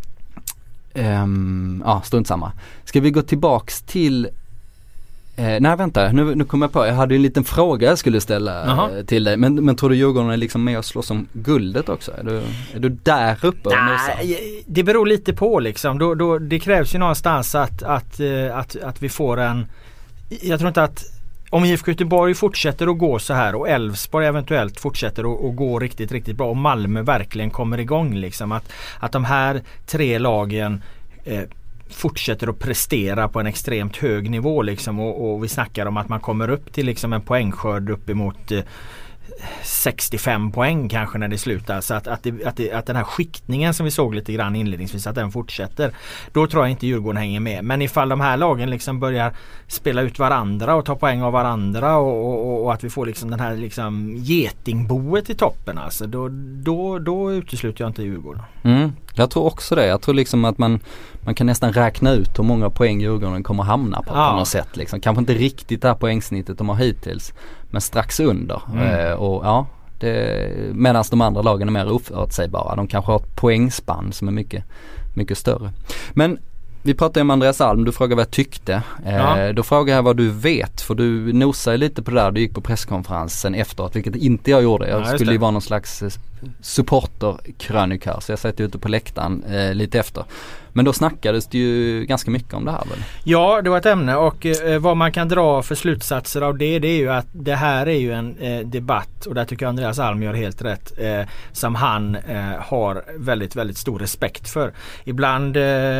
strunt samma. Ska vi gå tillbaks till nej vänta, nu kommer jag på, jag hade en liten fråga jag skulle ställa till dig, men tror du Djurgården är liksom med och slåss om guldet också? Är du där uppe? Nej, det beror lite på liksom. Då, det krävs ju någonstans att vi får en, jag tror inte att om IFK Göteborg fortsätter att gå så här och Elfsborg eventuellt fortsätter att gå riktigt, riktigt bra och Malmö verkligen kommer igång liksom, att de här 3 lagen fortsätter att prestera på en extremt hög nivå liksom, och vi snackar om att man kommer upp till liksom en poängskörd uppemot 65 poäng kanske när det slutar, så att den här skiktningen som vi såg lite grann inledningsvis, att den fortsätter, då tror jag inte Djurgården hänger med. Men ifall de här lagen liksom börjar spela ut varandra och ta poäng av varandra och att vi får liksom den här liksom getingboet i toppen, alltså, då utesluter jag inte Djurgården. Jag tror också det. Jag tror liksom att man kan nästan räkna ut hur många poäng Djurgården kommer hamna på något sätt liksom. Kanske inte riktigt det här poängsnittet de har hittills, men strax under. Medan de andra lagen är mer oförutsägbara. De kanske har ett poängspann som är mycket, mycket större. Men vi pratade om Andreas Alm, du frågade vad jag tyckte. Då frågar jag vad du vet, för du nosade lite på det där. Du gick på presskonferensen efteråt, vilket inte jag gjorde. Jag skulle ju vara någon slags supporterkrönikör, så jag satt ute på läktaren lite efter. Men då snackades det ju ganska mycket om det här väl? Ja, det var ett ämne, och vad man kan dra för slutsatser av det är ju att det här är ju en debatt, och där tycker jag Andreas Alm gör helt rätt, som han har väldigt, väldigt stor respekt för. Ibland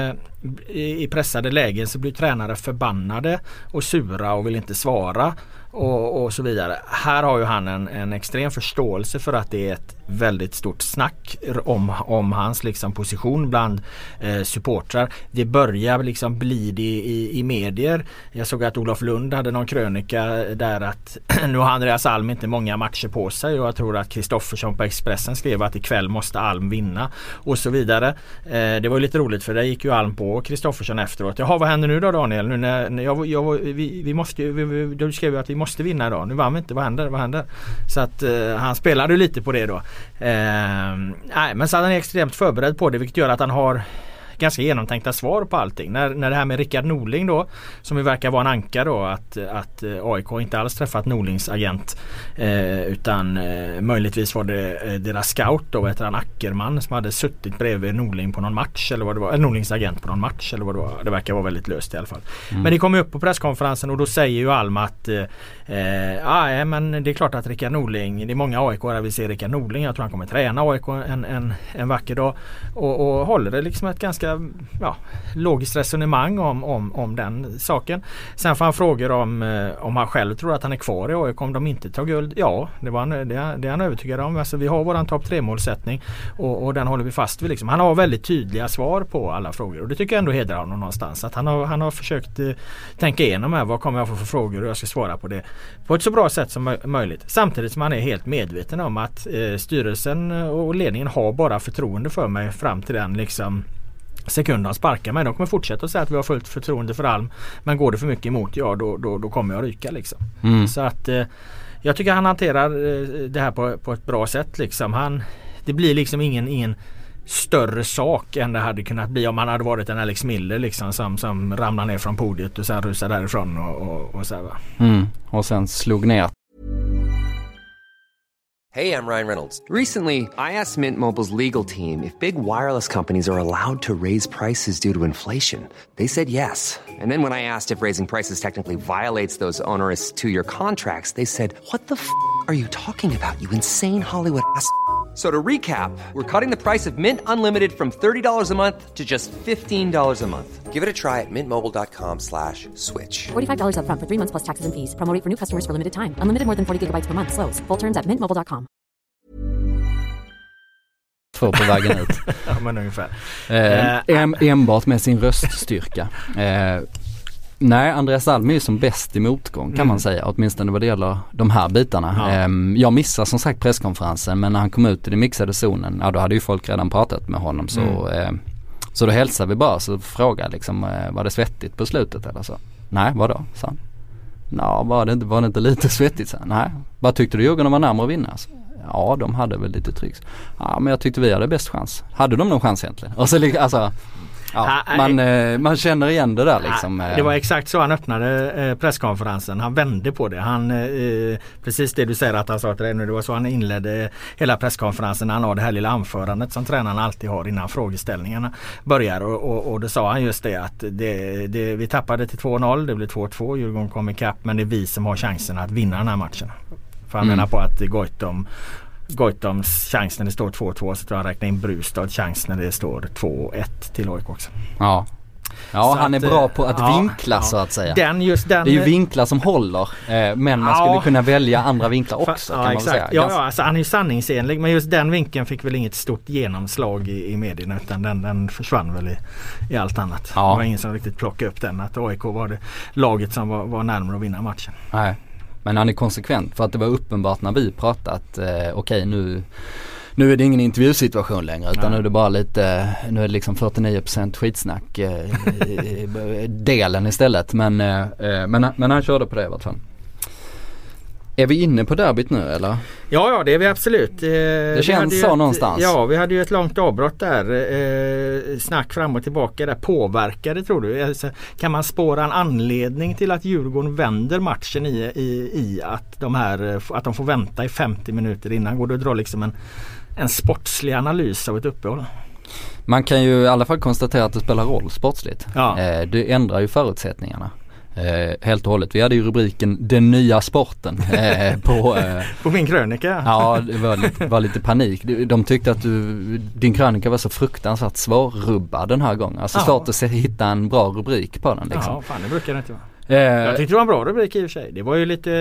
i pressade lägen så blir tränare förbannade och sura och vill inte svara och så vidare. Här har ju han en extrem förståelse för att det är ett väldigt stort snack om hans liksom position bland supportrar. Det börjar liksom bli det i medier. Jag såg att Olof Lund hade någon krönika där att nu har Andreas Alm inte många matcher på sig, och jag tror att Kristoffersson på Expressen skrev att ikväll måste Alm vinna och så vidare. Det var ju lite roligt, för det gick ju Alm på Kristoffersson efteråt. Jaha, vad händer nu då, Daniel? Nu när vi måste, du skrev ju att vi måste vinna idag. Nu vann vi inte. Vad händer? Så att han spelade ju lite på det då. Nej, men så han är extremt förberedd på det, vilket gör att han har ganska genomtänkta svar på allting. När det här med Rickard Norling då, som ju verkar vara en anka då, att AIK inte alls träffat Norlings agent, utan möjligtvis var det deras scout då, heter han Ackerman, som hade suttit bredvid Norling på någon match, eller vad det var, Norlings agent på någon match, eller vad det var. Det verkar vara väldigt löst i alla fall. Men det kom ju upp på presskonferensen, och då säger ju Alm att men det är klart att Rickard Norling, det är många AIK vill se Rickard Norling, jag tror han kommer träna AIK en vacker dag, och håller det liksom ett ganska logiskt resonemang om den saken. Sen får han frågor om han själv tror att han är kvar i AIK om de inte tar guld. Ja, det är han övertygad om. Alltså, vi har våran topp 3-målsättning och den håller vi fast vid liksom. Han har väldigt tydliga svar på alla frågor, och det tycker jag ändå hedrar honom någonstans, att han har försökt tänka igenom här, vad kommer jag få för frågor, och jag ska svara på det på ett så bra sätt som möjligt. Samtidigt som han är helt medveten om att styrelsen och ledningen har bara förtroende för mig fram till den liksom sekunden sparkar mig. De kommer fortsätta att säga att vi har fullt förtroende för Alm, men går det för mycket emot, då kommer jag ryka liksom. Så att jag tycker han hanterar det här på ett bra sätt liksom. Det blir liksom ingen större sak än det hade kunnat bli om han hade varit en Alex Miller liksom, som ramlar ner från podiet och sen rusar därifrån och så här, va. Och sen slog ner. Hey, I'm Ryan Reynolds. Recently, I asked Mint Mobile's legal team if big wireless companies are allowed to raise prices due to inflation. They said yes. And then when I asked if raising prices technically violates those onerous 2-year contracts, they said, "What the f*** are you talking about, you insane Hollywood ass?" So to recap, we're cutting the price of Mint Unlimited from $30 a month to just $15 a month. Give it a try at mintmobile.com/switch. $45 up front for 3 months plus taxes and fees. Promo rate for new customers for limited time. Unlimited more than 40 gigabytes per month. Slows full terms at mintmobile.com. Två på vägen ut. Ja, men ungefär. Enbart med sin röststyrka. Nej, Andreas Alm är ju som bäst i motgång kan man säga, åtminstone vad det gäller de här bitarna. Jag missade som sagt presskonferensen, men när han kom ut i den mixade zonen, då hade ju folk redan pratat med honom, så då hälsade vi bara, så frågade liksom, var det svettigt på slutet eller så? Nej, vadå, sa han. var det inte lite svettigt? Så, nej. Vad tyckte du Djurgården var närmare att vinna? Så, ja, de hade väl lite tryck. Ja, men jag tyckte vi hade bäst chans. Hade de någon chans egentligen? Och så alltså... Ja, man känner igen det där liksom. Det var exakt så han öppnade presskonferensen. Han vände på det. Han, precis det du säger att han sa till dig nu. Det var så han inledde hela presskonferensen. Han har det här lilla anförandet som tränarna alltid har innan frågeställningarna börjar. Och då sa han just det att vi tappade till 2-0. Det blev 2-2. Djurgården kom ikapp. Men det är vi som har chansen att vinna den här matchen. För han menar på att Goitoms chans när det står 2-2, så tror jag han räknar in Brustads chans när det står 2-1 till AIK också. Ja, han är bra på att vinkla så att säga. Det är ju vinklar som håller, men man skulle kunna välja andra vinklar också kan man säga. Alltså, han är ju sanningsenlig, men just den vinkeln fick väl inget stort genomslag i medierna, utan den försvann väl i allt annat. Ja. Det var ingen som riktigt plockade upp den, att AIK var det laget som var närmare att vinna matchen. Nej. Men han är konsekvent, för att det var uppenbart när vi pratade att okej, nu är det ingen intervjusituation längre, utan nu är det bara nu är det liksom 49% skitsnack delen istället. Men han körde på det i alla fall. Är vi inne på derbyt nu eller? Ja, det är vi absolut. Det känns så någonstans. Ja, vi hade ju ett långt avbrott där. Snack fram och tillbaka där. Påverkade, tror du? Alltså, kan man spåra en anledning till att Djurgården vänder matchen i att de får vänta i 50 minuter innan? Går det att dra liksom en sportslig analys av ett uppehåll? Man kan ju i alla fall konstatera att det spelar roll sportsligt. Ja. Det ändrar ju förutsättningarna. Helt och hållet. Vi hade ju rubriken Den nya sporten på min krönika. Ja, det var lite panik. De tyckte att din krönika var så fruktansvärt svårrubbad den här gången. Alltså svårt att hitta en bra rubrik på den liksom. Ja, fan, det brukar det inte vara. Jag tyckte det var en bra rubrik i och för sig. Det var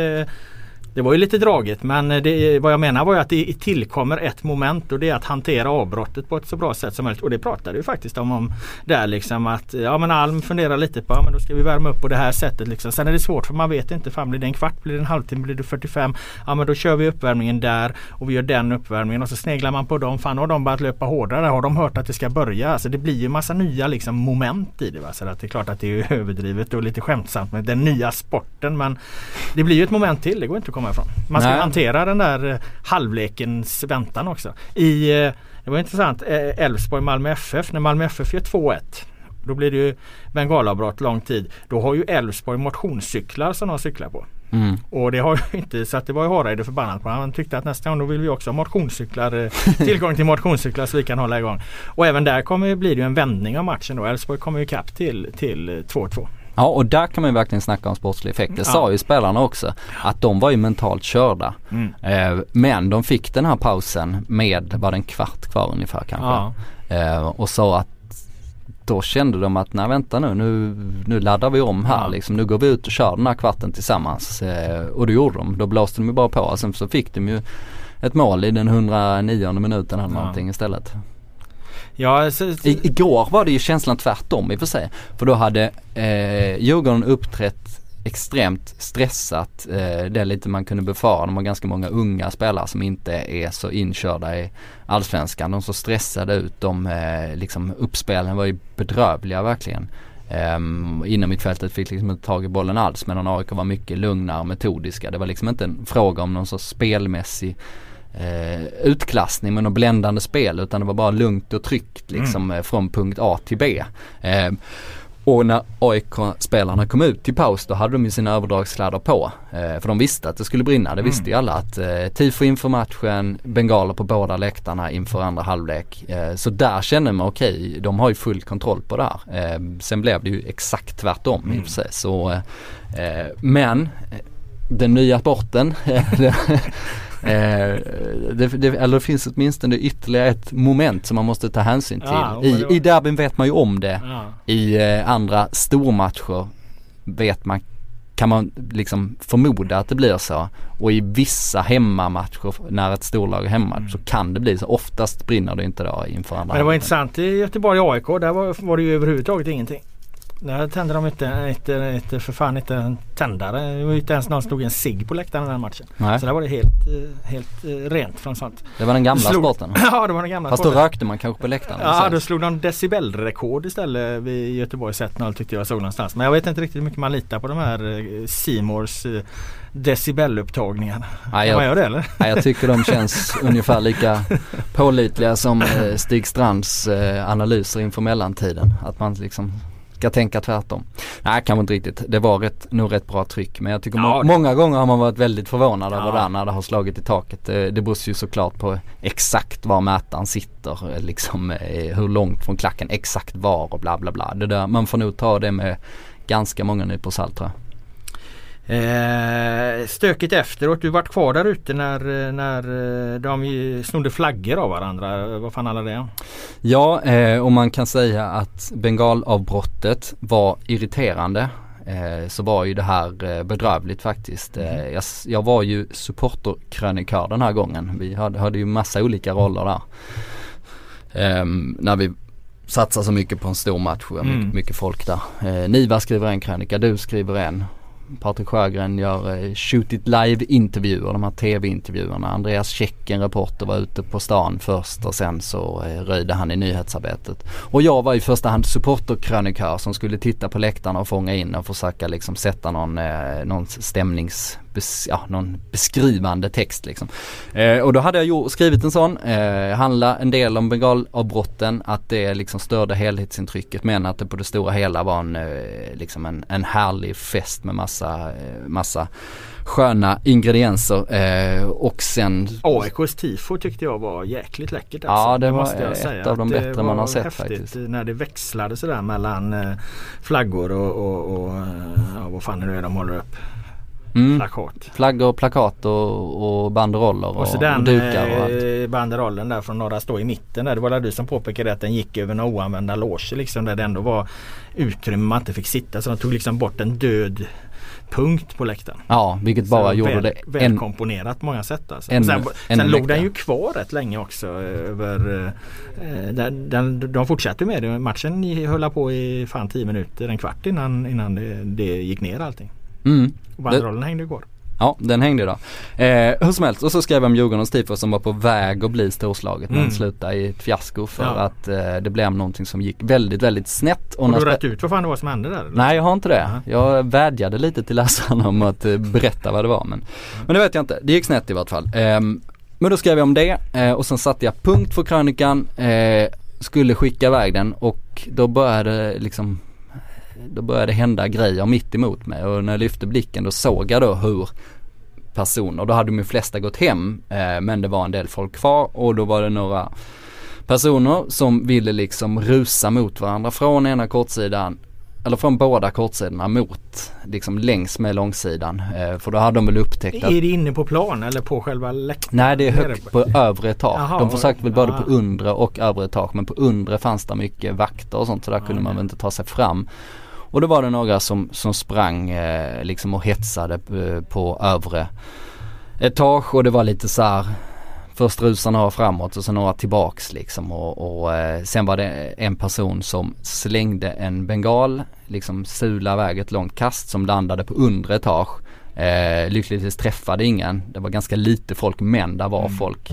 ju lite draget, men vad jag menar var ju att det tillkommer ett moment, och det är att hantera avbrottet på ett så bra sätt som möjligt. Och det pratade vi faktiskt om där liksom, att men Alm funderar lite på, men då ska vi värma upp på det här sättet liksom. Sen är det svårt, för man vet inte, fan blir det en kvart, blir det en halvtimme, blir det 45, men då kör vi uppvärmningen där och vi gör den uppvärmningen, och så sneglar man på dem, fan har de börjat löpa hårdare, har de hört att det ska börja, alltså det blir ju massa nya liksom moment i det, va? Så att det är klart att det är överdrivet och lite skämtsamt med den nya sporten, men det blir ju ett moment till, det går inte att komma ifrån. Man ska hantera den där halvlekens väntan också. Det var intressant, Elfsborg-Malmö FF, när Malmö FF gör 2-1, då blir det ju bengalavbrott lång tid. Då har ju Elfsborg motionscyklar som de cyklar på. Och det har ju inte, så att det var ju Hareide förbannat på. Han tyckte att nästa gång då vill vi också ha motionscyklar, tillgång till motionscyklar så vi kan hålla igång. Och även där blir det ju en vändning av matchen då. Elfsborg kommer ju kapp till 2-2. Ja, och där kan man ju verkligen snacka om sportslig effekt. Det sa ju spelarna också, att de var ju mentalt körda. Men de fick den här pausen med en kvart kvar ungefär kanske. Och sa att då kände de att nej vänta nu laddar vi om här liksom. Nu går vi ut och kör den här kvarten tillsammans. Och det gjorde de. Då blåste de ju bara på. Och sen så fick de ju ett mål i den 109:e minuten eller någonting istället. Ja, igår var det ju känslan tvärtom i och för sig. För då hade Djurgården uppträtt extremt stressat. Det är lite man kunde befara. De har ganska många unga spelare som inte är så inkörda i allsvenskan. De så stressade ut. Liksom uppspelen var ju bedrövliga verkligen. Inom mittfältet fick liksom inte tag i bollen alls. Men AIK var mycket lugnare och metodiska. Det var liksom inte en fråga om någon så spelmässig utklassning med något bländande spel, utan det var bara lugnt och tryggt liksom från punkt A till B. Och när AIK-spelarna kom ut till paus, då hade de ju sina överdragskläder på, för de visste att det skulle brinna. Det visste ju alla, att tifo inför matchen, bengaler på båda läktarna inför andra halvlek. Så där känner man okej, de har ju full kontroll på det här. Sen blev det ju exakt tvärtom i och för sig. Så, men den nya sporten det finns åtminstone ytterligare ett moment som man måste ta hänsyn till. I derbyn vet man ju om det. I andra stormatcher kan man liksom förmoda att det blir så. Och i vissa hemmamatcher, när ett storlag är hemma, så kan det bli så. Oftast brinner det inte då inför andra. Men det var intressant i Göteborg AIK, där var det ju överhuvudtaget ingenting. Där tände de inte för fan inte en tändare. Det var inte ens någon stod en cigg på läktaren den här matchen. Nej. Så där var det helt rent från sånt. Det var den gamla sporten. Ja, det var den gamla sporten. Fast då rökte man kanske på läktaren. Ja, då slog de decibelrekord istället vid Göteborgs 1-0 tyckte jag såg någonstans. Men jag vet inte riktigt hur mycket man litar på de här C Mores decibelupptagningarna. Kan man göra det eller? Nej, jag tycker de känns ungefär lika pålitliga som Stig Strands analyser inför mellantiden. Att man liksom ska tänka tvärtom. Nej, kan man inte riktigt. Det var nog rätt bra tryck. Men jag tycker många gånger har man varit väldigt förvånad över det när det har slagit i taket. Det beror ju såklart på exakt var mätaren sitter. Liksom hur långt från klacken exakt var och bla bla bla. Det där, man får nog ta det med ganska många nypor salt, tror jag. Stökigt efteråt. Du varit kvar där ute när de snodde flaggor av varandra. Vad fan handlar det om? Ja, och man kan säga att bengalavbrottet var irriterande. Så var ju det här bedrövligt faktiskt. Jag var ju supporterkrönikör den här gången. Vi hade ju massa olika roller där. När vi satsar så mycket på en stor match och mycket folk där. Niva skriver en krönika, du skriver en. Patrik Sjögren gör Shoot It Live-intervjuer, de här tv-intervjuerna. Andreas Käcken, reporter, var ute på stan först och sen så röjde han i nyhetsarbetet. Och jag var i första hand supporterkrönikör som skulle titta på läktarna och fånga in och försöka liksom sätta någon någon beskrivande text liksom. Och då hade jag skrivit en sån, handla en del om bengalavbrotten, att det liksom störde helhetsintrycket, men att det på det stora hela var en härlig fest med massa sköna ingredienser och sen AIKs tifo tyckte jag var jäkligt läckert alltså. Ja, det var ett av de bättre man har sett faktiskt. När det växlade sådär mellan flaggor och vad fan är det de håller upp? Flaggor, plakat och banderoller och dukar och allt. Banderollen där från Norra Stå i mitten där, det var där du som påpekade att den gick över några oanvända loger liksom, där det ändå var utrymme man inte fick sitta, så de tog liksom bort en död punkt på läktaren. Ja, vilket bara gjorde det välkomponerat på många sätt alltså. Sen låg den ju kvar rätt länge också över de fortsatte med det. Matchen höll på i fan 10 minuter, en kvart innan det gick ner allting. Och banderollen hängde igår. Ja, den hängde då. Hur som helst, och så skrev jag om Djurgårdens tifo som var på väg att bli storslaget, men slutade i ett fiasko för att det blev någonting som gick väldigt, väldigt snett. Och du rätt ut vad fan det var som hände där? Eller? Nej, jag har inte det. Jag vädjade lite till läsarna om att berätta vad det var, men det vet jag inte. Det gick snett i vart fall. Men då skrev jag om det och sen satte jag punkt för krönikan, skulle skicka iväg den, och då började hända grejer mitt emot mig, och när jag lyfte blicken då såg jag då hur personer, då hade de flesta gått hem, men det var en del folk kvar, och då var det några personer som ville liksom rusa mot varandra från ena kortsidan, eller från båda kortsidorna mot liksom längs med långsidan, för då hade de väl upptäckt att... Är det inne på plan eller på själva läktaren? Nej, det är högt på övre etage. Jaha, de försökte väl både på undre och övre etage, men på undre fanns det mycket vakter och sånt, så där kunde man väl inte ta sig fram. Och då var det några som sprang liksom och hetsade på övre etage, och det var lite så här, först rusar några framåt och sen några tillbaks liksom, och sen var det en person som slängde en bengal, liksom sula iväg ett långt kast som landade på undre etage. Lyckligtvis träffade ingen, det var ganska lite folk, men där var folk.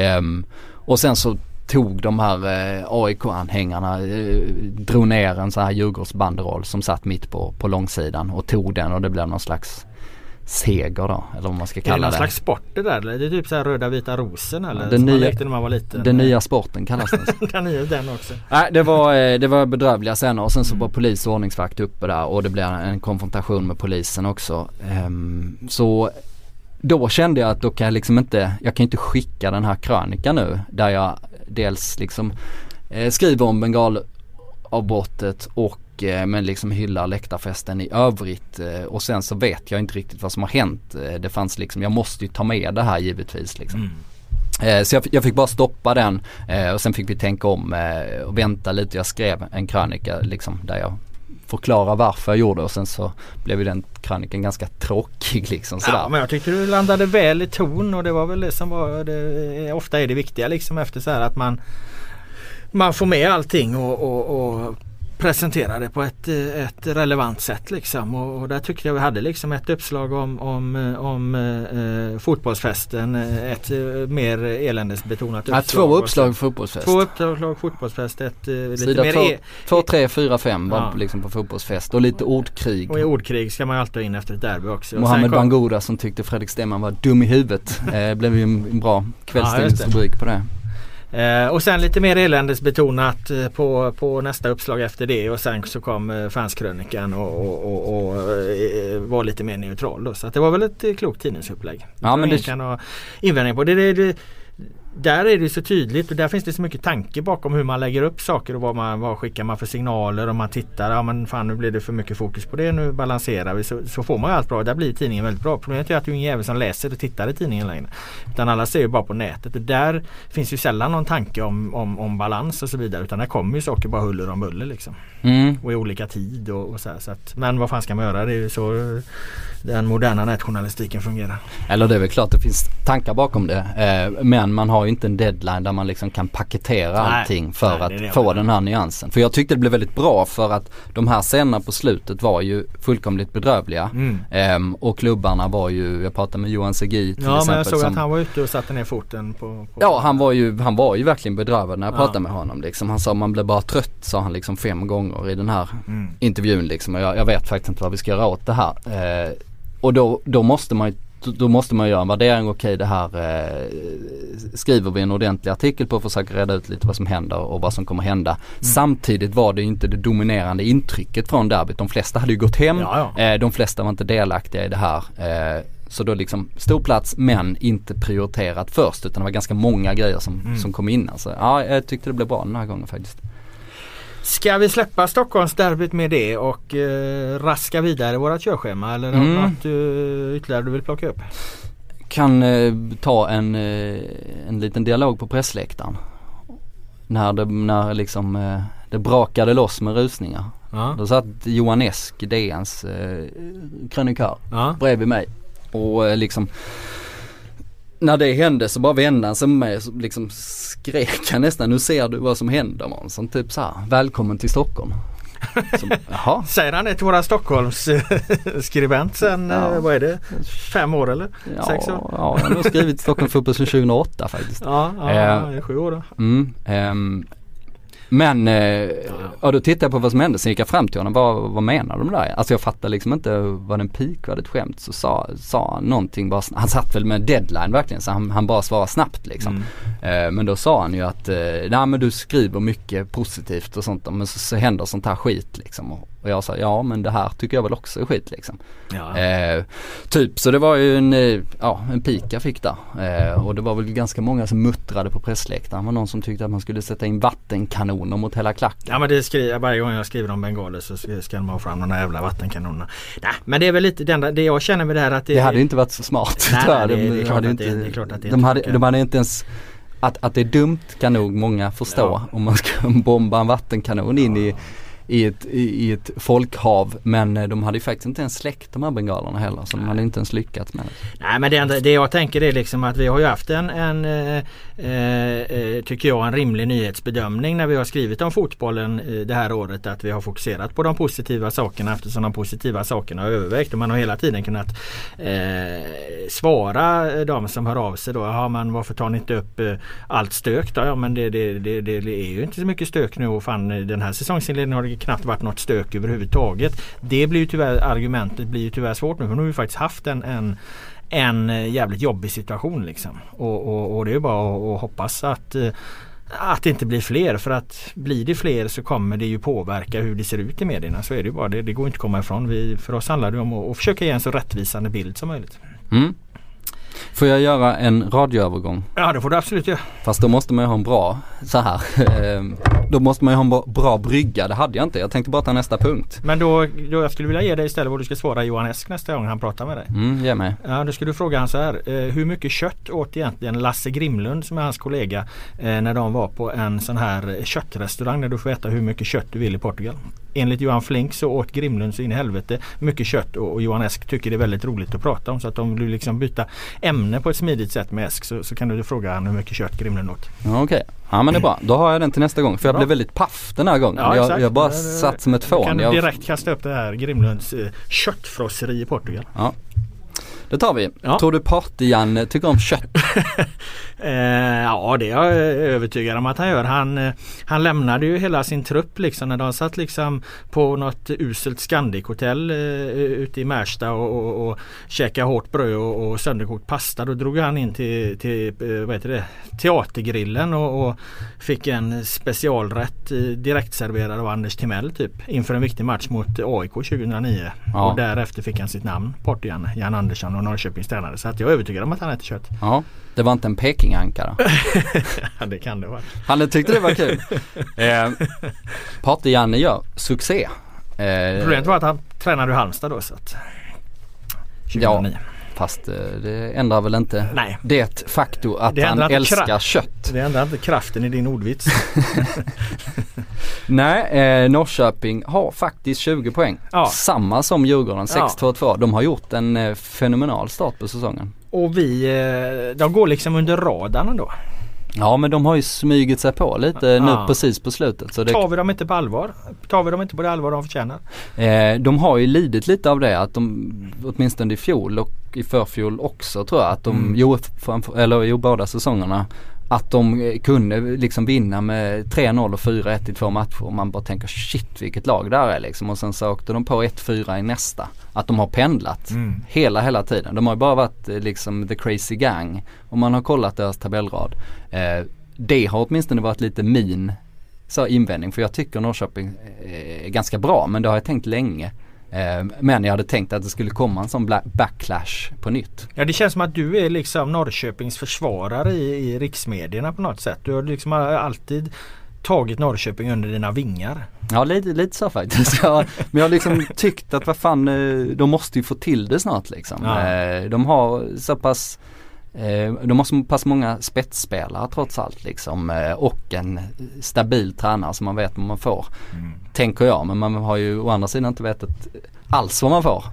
Och sen så tog de här AIK-anhängarna, drog ner en så här Djurgårdsbanderoll som satt mitt på långsidan och tog den, och det blev någon slags seger då, eller vad man ska kalla det. Är det någon slags sport det där? Eller? Det är typ så här röda vita rosen eller den nya, man lekte när man var liten. Den nya sporten kallas den. Den också. Nej, det var bedrövliga scener, och sen så var polis och ordningsvakt uppe där, och det blev en konfrontation med polisen också. Så då kände jag att då kan jag kan inte skicka den här krönikan nu, där jag dels liksom skriver om bengalavbrottet och men liksom hyllar läktarfesten i övrigt, och sen så vet jag inte riktigt vad som har hänt. Det fanns liksom, jag måste ju ta med det här givetvis liksom. Så jag fick bara stoppa den, och sen fick vi tänka om och vänta lite. Jag skrev en krönika liksom, där jag förklara varför jag gjorde, och sen så blev ju den kröniken ganska tråkig liksom sådär. Ja, men jag tyckte du landade väl i ton, och det var väl det som var det, ofta är det viktiga liksom, efter så här att man får med allting och presentera det på ett relevant sätt liksom. Och där tyckte jag vi hade liksom ett uppslag om fotbollsfesten, ett mer eländesbetonat uppslag. Två uppslag fotbollsfest. Två uppslag fotbollsfest, ett lite sida mer 2, 3, 4, 5 var liksom på fotbollsfest och lite ordkrig. Och i ordkrig ska man ju alltid in efter ett derby också. Mohamed Bangura som tyckte Fredrik Stenman var dum i huvudet. Blev ju en bra kvällstidningsrubrik på det. Och sen lite mer eländesbetonat på nästa uppslag efter det, och sen så kom fanskrönikan och var lite mer neutral då. Så att det var väl ett klokt tidningsupplägg. Ja, men det kan ha invändning på det. Där är det så tydligt, och där finns det så mycket tanke bakom hur man lägger upp saker och vad skickar man för signaler, om man tittar, men fan nu blir det för mycket fokus på det, nu balanserar vi, så får man ju allt bra. Där blir tidningen väldigt bra. Problemet är att det är ingen jävel som läser och tittar i tidningen längre, utan alla ser ju bara på nätet, och där finns ju sällan någon tanke om balans och så vidare, utan där kommer ju saker bara huller om buller liksom. Och i olika tid och så här, så att, men vad fan ska man göra? Det är ju så den moderna nätjournalistiken fungerar. Eller det är väl klart det finns tankar bakom det, men man har ju inte en deadline där man liksom kan paketera allting för att få den här nyansen. För jag tyckte det blev väldigt bra, för att de här scenerna på slutet var ju fullkomligt bedrövliga. Och klubbarna var ju, jag pratade med Johan Segui till exempel. Men jag såg att han var ute och satte ner foten på... Ja, han var ju verkligen bedrövad när jag pratade med honom liksom. Han sa man blev bara trött, sa han liksom 5 gånger i den här intervjun liksom. Och jag vet faktiskt inte vad vi ska göra åt det här. Och då måste man göra en värdering. Okej, det här skriver vi en ordentlig artikel på och försöker reda ut lite vad som händer och vad som kommer hända. Samtidigt var det inte det dominerande intrycket från derbyt. De flesta hade ju gått hem. De flesta var inte delaktiga i det här. Så då liksom stor plats, men inte prioriterat först, utan det var ganska många grejer som kom in. Alltså, ja, jag tyckte det blev bra den här gången faktiskt. Ska vi släppa Stockholmsderbyt med det och raska vidare vårat körschema, eller något ytterligare du vill plocka upp? Kan ta en liten dialog på pressläktaren när liksom det brakade loss med rusningar. Då satt Johan Esk, DNs krönikör, bredvid mig, och liksom när det hände så bara vände han sig med mig och liksom skrek han nästan, nu ser du vad som händer, man. Som typ så här, välkommen till Stockholm. Så, jaha. Säger han det till våra Stockholms skribent sen, vad är det? 5 år eller? 6 år? Ja, jag har skrivit Stockholm fotboll sedan 2008 faktiskt. Ja, 7 år då. Men och då tittade jag på vad som hände, sen gick jag fram till honom, vad menar de där? Alltså jag fattar liksom inte, var det en pik, var det ett skämt? Så sa han någonting, bara, han satt väl med en deadline verkligen, så han bara svarade snabbt liksom. Men då sa han ju att nej, men du skriver mycket positivt och sånt, men så händer sånt här skit liksom. Och jag sa, ja men det här tycker jag väl också är skit liksom. Typ, så det var ju en pik jag fick där. Och det var väl ganska många som muttrade på pressläktaren. Det var någon som tyckte att man skulle sätta in vattenkanoner mot hela klacken. Ja, men det skriver jag varje gång jag skriver om bengaler, så ska man ha fram de där jävla vattenkanonerna. Nej, men det är väl lite det jag känner med det här, att det hade inte varit så smart. Nej, det är klart att det de hade inte ens att det är dumt kan nog många förstå om man ska bomba en vattenkanon in i ett folkhav, men de hade ju faktiskt inte ens släckt de här bengalerna heller, så de hade inte ens lyckats med det. Nej, men det jag tänker är liksom att vi har ju haft tycker jag, en rimlig nyhetsbedömning när vi har skrivit om fotbollen det här året, att vi har fokuserat på de positiva sakerna, eftersom de positiva sakerna har övervägt, och man har hela tiden kunnat svara de som hör av sig då, men varför tar ni inte upp allt stök då? Ja, men det är ju inte så mycket stök nu, och fan, den här säsongsinledningen har det knappt varit något stök överhuvudtaget. Det blir ju tyvärr, argumentet blir ju tyvärr svårt nu, för nu har vi faktiskt haft en jävligt jobbig situation liksom. Och det är bara att hoppas att det inte blir fler, för att blir det fler så kommer det ju påverka hur det ser ut i medierna. Så är det ju bara, det går inte att komma ifrån. För oss handlar det om att försöka ge en så rättvisande bild som möjligt. Får jag göra en radioövergång? Ja, det får du absolut göra. Fast då måste man ju ha en bra då måste man ju ha en bra brygga. Det hade jag inte. Jag tänkte bara ta nästa punkt. Men då jag skulle vilja ge dig istället vad du ska svara Johan Esk nästa gång han pratar med dig. Ge mig. Ja, då skulle du fråga han så här. Hur mycket kött åt egentligen Lasse Grimlund, som är hans kollega, när de var på en sån här köttrestaurang där du får äta hur mycket kött du vill i Portugal? enligt Johan Flink så åt Grimlund så in i helvete mycket kött och Johan Esk tycker det är väldigt roligt att prata om, så att om du liksom byta ämne på ett smidigt sätt med Esk så kan du fråga han hur mycket kött Grimlund åt. Okej. Ja, men det är bra. Då har jag den till nästa gång, för jag blev väldigt paff den här gången. Ja, jag bara satt som ett fån. Kan du direkt kasta upp det här Grimlunds köttfrosseri i Portugal. Ja. Det tar vi. Ja. Tror du Party-Janne tycker om kött? Ja, det är jag övertygad om att han gör. Han lämnade ju hela sin trupp liksom när de satt liksom på något uselt Scandic-hotell ute i Märsta och käkade hårt bröd och sönderkokt pasta. Då drog han in till vad heter det, Teatergrillen och fick en specialrätt direkt serverad av Anders Timell typ inför en viktig match mot AIK 2009. Ja. Och därefter fick han sitt namn, Party-Janne, Jan Andersson och Norrköpings tränare. Så att jag är övertygad om att han äter kött. Ja. Det var inte en Peking-anka då? Ja, det kan det vara. Han tyckte det var kul. Party-Janne gör succé. Problemet var att han tränade i Halmstad då, så att 2009. Ja, fast det ändrar väl inte det faktum att han älskar kött. Det ändrar inte kraften i din ordvits. Nej, Norrköping har faktiskt 20 poäng. Ja. Samma som Djurgården, 6-2-2. De har gjort en fenomenal start på säsongen. Och de går liksom under radarn ändå. Ja, men de har ju smygit sig på lite nu precis på slutet. Så tar vi dem inte på allvar? Tar vi dem inte på det allvar de förtjänar? De har ju lidit lite av det, att de åtminstone i fjol och i förfjol också tror jag att de båda säsongerna att de kunde liksom vinna med 3-0 och 4-1 i 2 matcher och man bara tänker shit vilket lag där är liksom, och sen så åkte de på 1-4 i nästa. Att de har pendlat hela tiden. De har ju bara varit liksom the crazy gang om man har kollat deras tabellrad. Det har åtminstone varit lite min invändning, för jag tycker Norrköping är ganska bra, men det har jag tänkt länge. Men jag hade tänkt att det skulle komma en sån backlash på nytt. Ja, det känns som att du är liksom Norrköpings försvarare i riksmedierna på något sätt. Du har liksom alltid tagit Norrköping under dina vingar. Ja, lite så faktiskt. Men jag har liksom tyckt att vad fan, de måste ju få till det snart liksom. Ja. De har så pass många spetsspelare trots allt liksom, och en stabil tränare som man vet vad man får. Tänker jag, men man har ju å andra sidan inte vetat alls vad man får.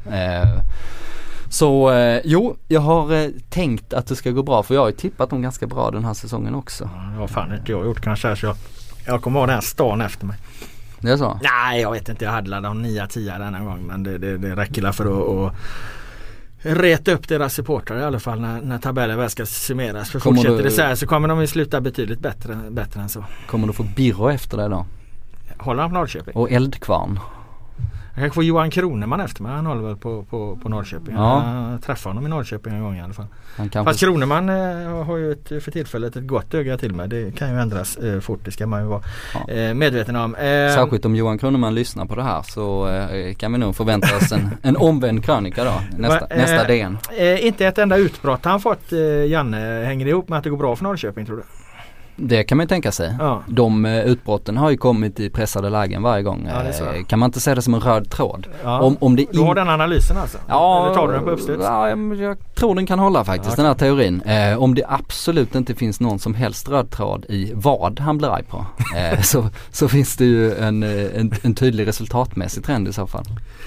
Jag har tänkt att det ska gå bra, för jag har ju tippat dem ganska bra den här säsongen också. Ja, fan inte jag gjort kanske, så jag kommer ha den här stan efter mig. Det är så? Nej, jag vet inte, jag hade laddat om 9-10 denna gång, men det räcker för att reta upp deras supportrar i alla fall när tabellen väl ska summeras. För fortsätter det så här så kommer de ju sluta betydligt bättre än så. Kommer du få Birro efter det då? Håller han på Norrköping? Och Eldkvarn. Jag kan få Johan Kroneman efter mig. Han håller väl på Norrköping. Ja. Jag träffade honom i Norrköping en gång i alla fall. Fast Kroneman har ju för tillfället ett gott öga till mig. Det kan ju ändras fort. Det ska man ju vara medveten om. Särskilt om Johan Kroneman lyssnar på det här så kan vi nog förvänta oss en omvänd krönika då. Nästa DN. Inte ett enda utbrott han fått, Janne. Hänger det ihop med att det går bra för Norrköping, tror du? Det kan man ju tänka sig. Ja. De utbrotten har ju kommit i pressade lägen varje gång. Ja, kan man inte säga det som en röd tråd? Ja. Om det du har den analysen alltså? Ja, eller tar du den på uppstuds? Ja, jag tror den kan hålla faktiskt, den här teorin. Om det absolut inte finns någon som helst röd tråd i vad han blir arg på så finns det ju en tydlig resultatmässig trend i så fall.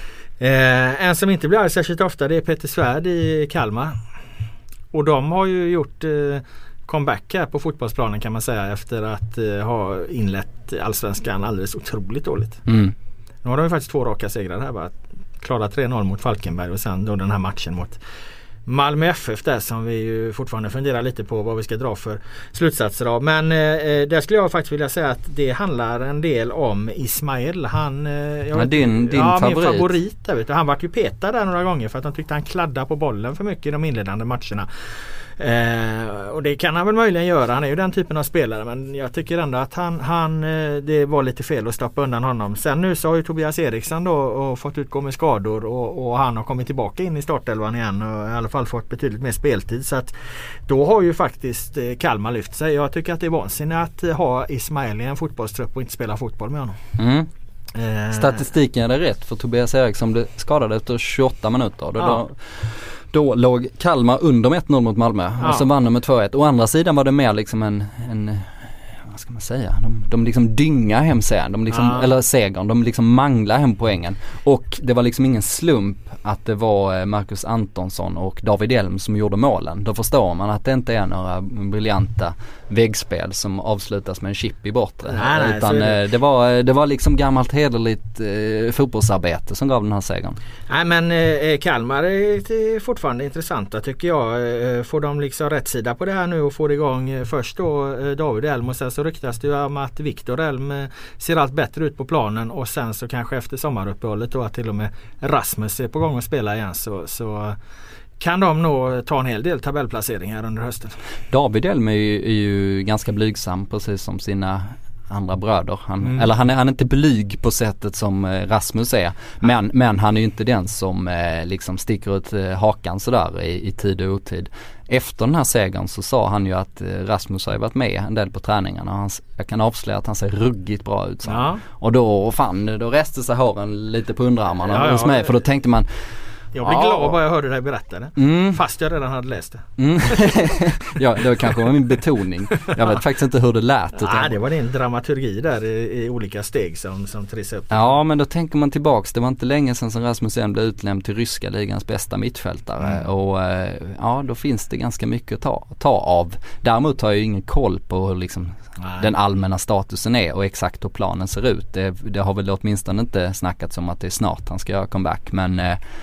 En som inte blir arg särskilt ofta, det är Peter Svärd i Kalmar. Och de har ju gjort comeback här på fotbollsplanen kan man säga, efter att ha inlett allsvenskan alldeles otroligt dåligt. Nu har de ju faktiskt 2 raka segrar här, bara klara 3-0 mot Falkenberg och sen då den här matchen mot Malmö FF där, som vi ju fortfarande funderar lite på vad vi ska dra för slutsatser av. Men där skulle jag faktiskt vilja säga att det handlar en del om Ismail. Din favorit. Min favorit där, vet du. Han var ju petad där några gånger för att han tyckte han kladdade på bollen för mycket i de inledande matcherna. Och det kan han väl möjligen göra. Han är ju den typen av spelare, men jag tycker ändå att han det var lite fel att stoppa undan honom. Sen nu så har ju Tobias Eriksson då och fått utgå med skador och han har kommit tillbaka in i startelvan igen och i alla fall fått betydligt mer speltid, så att då har ju faktiskt Kalmar lyft sig. Jag tycker att det är vansinnigt att ha Ismail i en fotbollstrupp och inte spela fotboll med honom. Statistiken är rätt, för Tobias Eriksson blev skadad efter 28 minuter. Då låg Kalmar under med 1-0 mot Malmö och så vann de med 2-1. Å andra sidan var det mer liksom vad ska man säga, de liksom dyngar hem serien, eller segern, de liksom manglar hem poängen. Och det var liksom ingen slump att det var Marcus Antonsson och David Elm som gjorde målen. Då förstår man att det inte är några briljanta väggspel som avslutas med en chip i bortre. Nej, utan det var liksom gammalt hederligt fotbollsarbete som gav den här segern. Nej, men Kalmar är fortfarande intressanta tycker jag. Får de liksom rätt sida på det här nu och får igång först då David Elm, och sen så ryktas det ju om att Viktor Elm ser allt bättre ut på planen, och sen så kanske efter sommaruppehållet då att till och med Rasmus är på gång att spela igen, så kan de nog ta en hel del tabellplaceringar under hösten. David Elm är ju ganska blygsam, precis som sina andra bröder. Han är inte blyg på sättet som Rasmus är, men han är ju inte den som liksom sticker ut hakan sådär i tid och otid. Efter den här segern så sa han ju att Rasmus har ju varit med en del på träningarna. Jag kan avslöja att han ser ruggigt bra ut. Ja. Och då reste sig håren lite på underarmarna hos mig, för då tänkte man, jag blev glad bara jag hörde dig berätta det. Fast jag redan hade läst det. Ja, det var kanske min betoning. Jag vet faktiskt inte hur det lät. Nej, det var din dramaturgi där i olika steg som trissade upp. Ja, men då tänker man tillbaks. Det var inte länge sedan som Rasmus blev utnämnd till ryska ligans bästa mittfältare. Och då finns det ganska mycket att ta av. Däremot har jag ju ingen koll på hur liksom den allmänna statusen är och exakt hur planen ser ut. Det har väl åtminstone inte snackats om att det är snart han ska göra comeback. Men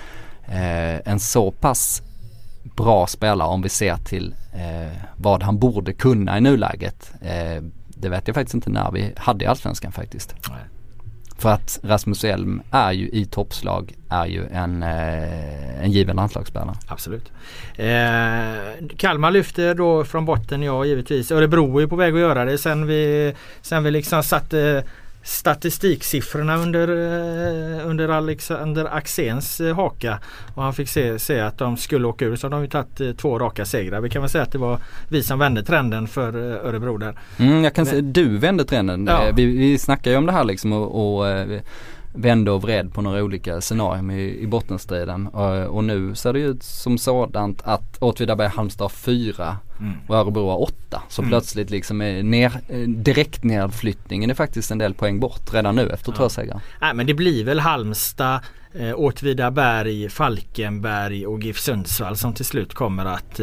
en så pass bra spelare, om vi ser till vad han borde kunna i nuläget, det vet jag faktiskt inte när vi hade i Allsvenskan faktiskt. Nej. För att Rasmus Elm är ju i toppslag, är ju en given landslagsspelare. Absolut. Kalmar lyfter då från botten, ja givetvis. Örebro är på väg att göra det sen vi liksom satte statistiksiffrorna under Alexander Axéns haka, och han fick se att de skulle åka ur, så de har ju tagit 2 raka segrar. Vi kan väl säga att det var vi som vände trenden för Örebro där. Jag kan säga du vände trenden. Ja. Vi snackar ju om det här liksom och vände och vred på några olika scenarier i bottenstriden, och nu ser det ut som sådant att Åtvidaberg, Halmstad 4 och Örebro har 8, så plötsligt liksom är direkt nedflyttningen är faktiskt en del poäng bort redan nu efter 2 segrar. Nej, men det blir väl Halmstad, Åtvidaberg, Falkenberg och GIF Sundsvall som till slut kommer att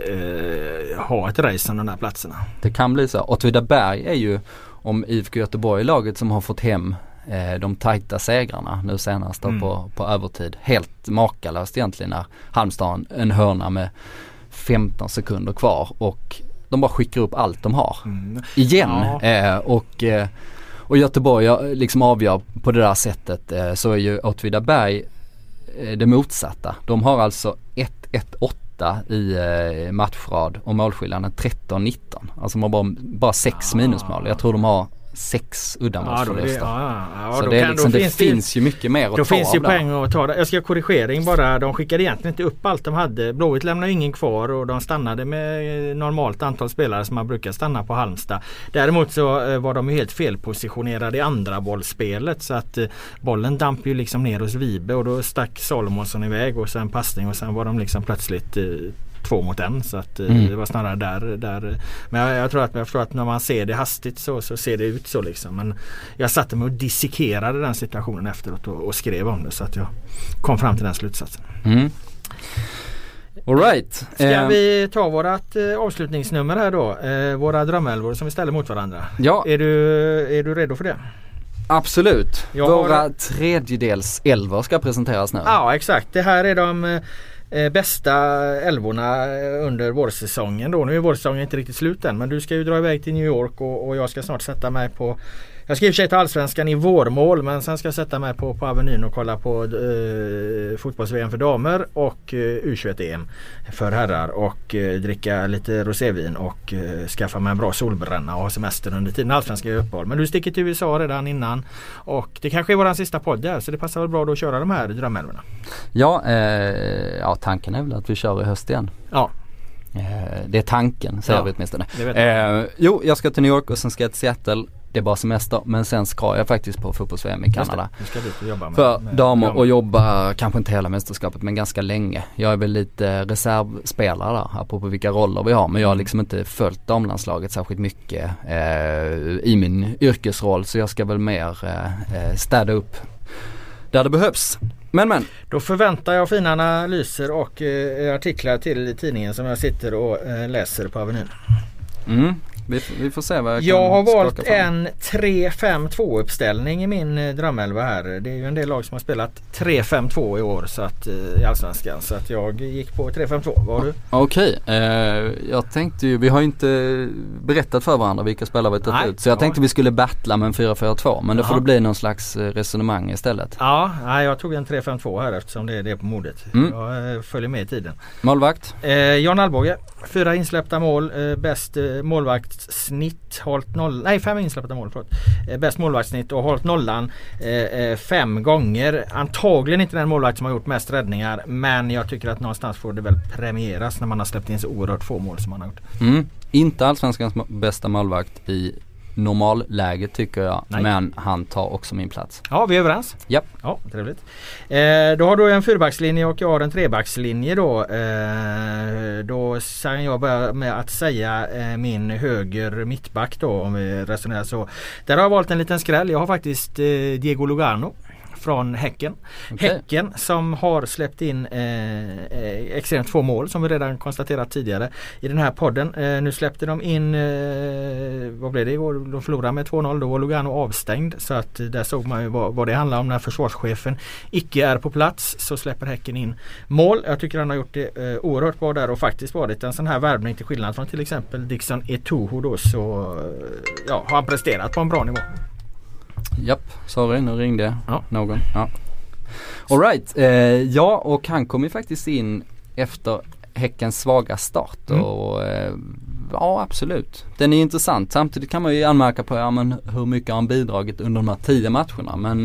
ha ett race om de här platserna. Det kan bli så. Åtvidaberg är ju, om IFK Göteborg laget som har fått hem de tajta segrarna nu senast på övertid. Helt makalöst egentligen när Halmstad en hörna med 15 sekunder kvar och de bara skickar upp allt de har igen. Ja. Och Göteborg liksom avgör på det där sättet, så är ju Åtvidaberg det motsatta. De har alltså 1-1-8 i matchrad och målskillnaden 13-19. Alltså de har bara 6 minusmål. Jag tror de har 6 uddamålsförluster. Så det är liksom, det finns ju mycket mer att ta av. Då finns ju poäng att ta. Jag ska korrigering bara. De skickade egentligen inte upp allt de hade. Blåvitt lämnade ingen kvar och de stannade med normalt antal spelare som man brukar stanna på Halmstad. Däremot så var de ju helt felpositionerade i andra bollspelet, så att bollen damp ju liksom ner hos Vibe och då stack Salomonsson iväg och sen passning och sen var de liksom plötsligt 2 mot 1, så att det var snarare där. Men jag tror att när man ser det hastigt så ser det ut så liksom. Men jag satte mig och dissekerade den situationen efteråt och skrev om det, så att jag kom fram till den slutsatsen. All right. Ska vi ta vårat avslutningsnummer här då? Våra drömälvor som vi ställer mot varandra. Ja. Är du redo för det? Absolut. Våra tredjedels älvor ska presenteras nu. Ja, exakt. Det här är de bästa älvorna under vårsäsongen då. Nu är vårsäsongen inte riktigt slut än, men du ska ju dra iväg till New York och jag ska snart sätta mig på, jag ska i och för sig ta Allsvenskan i vårmål, men sen ska jag sätta mig på Avenyn och kolla på fotbolls-VM för damer och U21-EM för herrar och dricka lite rosévin och skaffa mig en bra solbränna och ha semester under tiden Allsvenskan är uppehåll. Men du sticker till USA redan innan och det kanske är våran sista podd där, så det passar väl bra då att köra de här drömälvorna. Ja, tanken är väl att vi kör i höst igen. Ja. Det är tanken, säger vi åtminstone. Jag ska till New York och sen ska jag till Seattle. det är bara semester, men sen ska jag faktiskt på fotbolls-VM i Kanada. Du ska dit och jobba för damer och jobba kanske inte hela mästerskapet men ganska länge. Jag är väl lite reservspelare där, apropå vilka roller vi har, men jag har liksom inte följt damlandslaget särskilt mycket i min yrkesroll, så jag ska väl mer städa upp där det behövs. Men. Då förväntar jag fina analyser och artiklar till tidningen som jag sitter och läser på Avenyn. Vi får se vad jag har valt en 3-5-2 uppställning i min drömelva här. Det är ju en del lag som har spelat 3-5-2 i år så att, i Allsvenskan, så att jag gick på 3-5-2. Vad har du? Okej, jag tänkte ju, vi har ju inte berättat för varandra vilka spelare vi tagit ut, så jag tänkte vi skulle battla med en 4-4-2, men då får det bli någon slags resonemang istället. Ja, jag tog en 3-5-2 här eftersom det är det på modet. Jag följer med i tiden. Målvakt? Jan Alvbåge, 4 insläppta mål, bäst målvaktssnitt, 5 insläppta mål, bäst målvaktssnitt och hållit nollan 5 gånger. Antagligen inte den målvakt som har gjort mest räddningar, men jag tycker att någonstans får det väl premieras när man har släppt in så oerhört få mål som man har gjort. Inte Allsvenskans bästa målvakt i normalläget tycker jag. Nej. Men han tar också min plats. Ja, vi är överens. Japp. Ja, trevligt. Då har du en 4-backslinje och jag har en 3-backslinje då. Då kan jag börja med att säga min höger mittback då, om vi resonerar så. Där har jag valt en liten skräll. Jag har faktiskt Diego Lugano från Häcken. Okay. Häcken som har släppt in extremt få mål som vi redan konstaterat tidigare i den här podden. Nu släppte de in vad blev det igår? De förlorade med 2-0. Då var Lugano avstängd, så att där såg man ju vad det handlar om. När försvarschefen icke är på plats så släpper Häcken in mål. Jag tycker han har gjort det oerhört bra där och faktiskt varit en sån här värvning till skillnad från till exempel Dixon Eto'o då, så har han presterat på en bra nivå. Japp, sorry, nu ringde någon. Ja. All right, ja, och han kom ju faktiskt in efter Häckens svaga start och ja, absolut. Den är intressant. Samtidigt kan man ju anmärka på hur mycket han bidragit under de här 10 matcherna. Men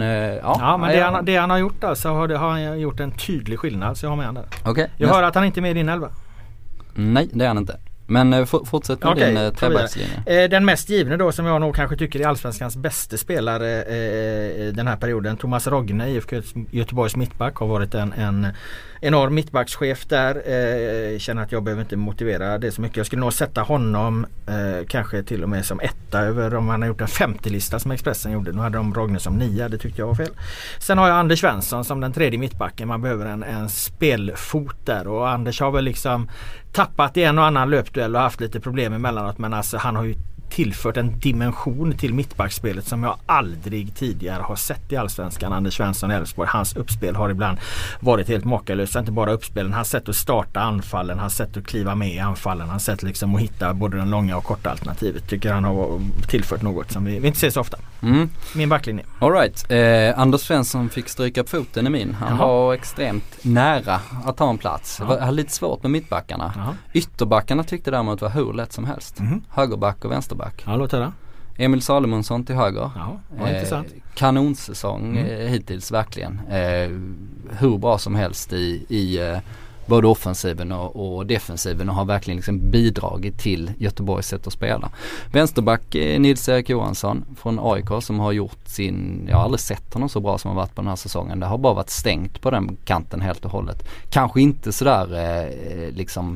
det han har gjort där, så har han gjort en tydlig skillnad, så jag har med han där. Okay, jag hör att han inte är med i din 11. Nej, det är han inte. Men fortsätt med din trebackslinje. Den mest givna då, som jag nog kanske tycker är Allsvenskans bästa spelare den här perioden, Thomas Rogne, IFK Göteborgs mittback, har varit en enorm mittbackschef där. Känner att jag behöver inte motivera det så mycket. Jag skulle nog sätta honom kanske till och med som etta över om han har gjort en 50-lista som Expressen gjorde. Nu hade de Rogne som 9, det tyckte jag var fel. Sen har jag Anders Svensson som den tredje mittbacken. Man behöver en spelfot där, och Anders har väl liksom tappat i en och annan löpduell och haft lite problem emellanåt, men alltså han har ju tillfört en dimension till mittbackspelet som jag aldrig tidigare har sett i Allsvenskan. Anders Svensson i Elfsborg, hans uppspel har ibland varit helt makalöst. Inte bara uppspelen, hans sätt att starta anfallen, hans sätt att kliva med i anfallen, hans sätt liksom att hitta både den långa och korta alternativet. Tycker han har tillfört något som vi inte ser så ofta. Min backlinje. All right. Anders Svensson fick stryka på foten i min. Han var extremt nära att ta en plats. Jag hade lite svårt med mittbackarna. Ytterbackarna tyckte däremot var hur lätt som helst. Högerback och vänsterback. Ja, låt höra. Emil Salomonsson till höger. Ja, intressant. Kanonsäsong hittills verkligen. Hur bra som helst i både offensiven och defensiven, och har verkligen liksom bidragit till Göteborgs sätt att spela. Vänsterback Nils-Erik Johansson från AIK som har gjort jag har aldrig sett honom så bra som han varit på den här säsongen. Det har bara varit stängt på den kanten helt och hållet. Kanske inte sådär liksom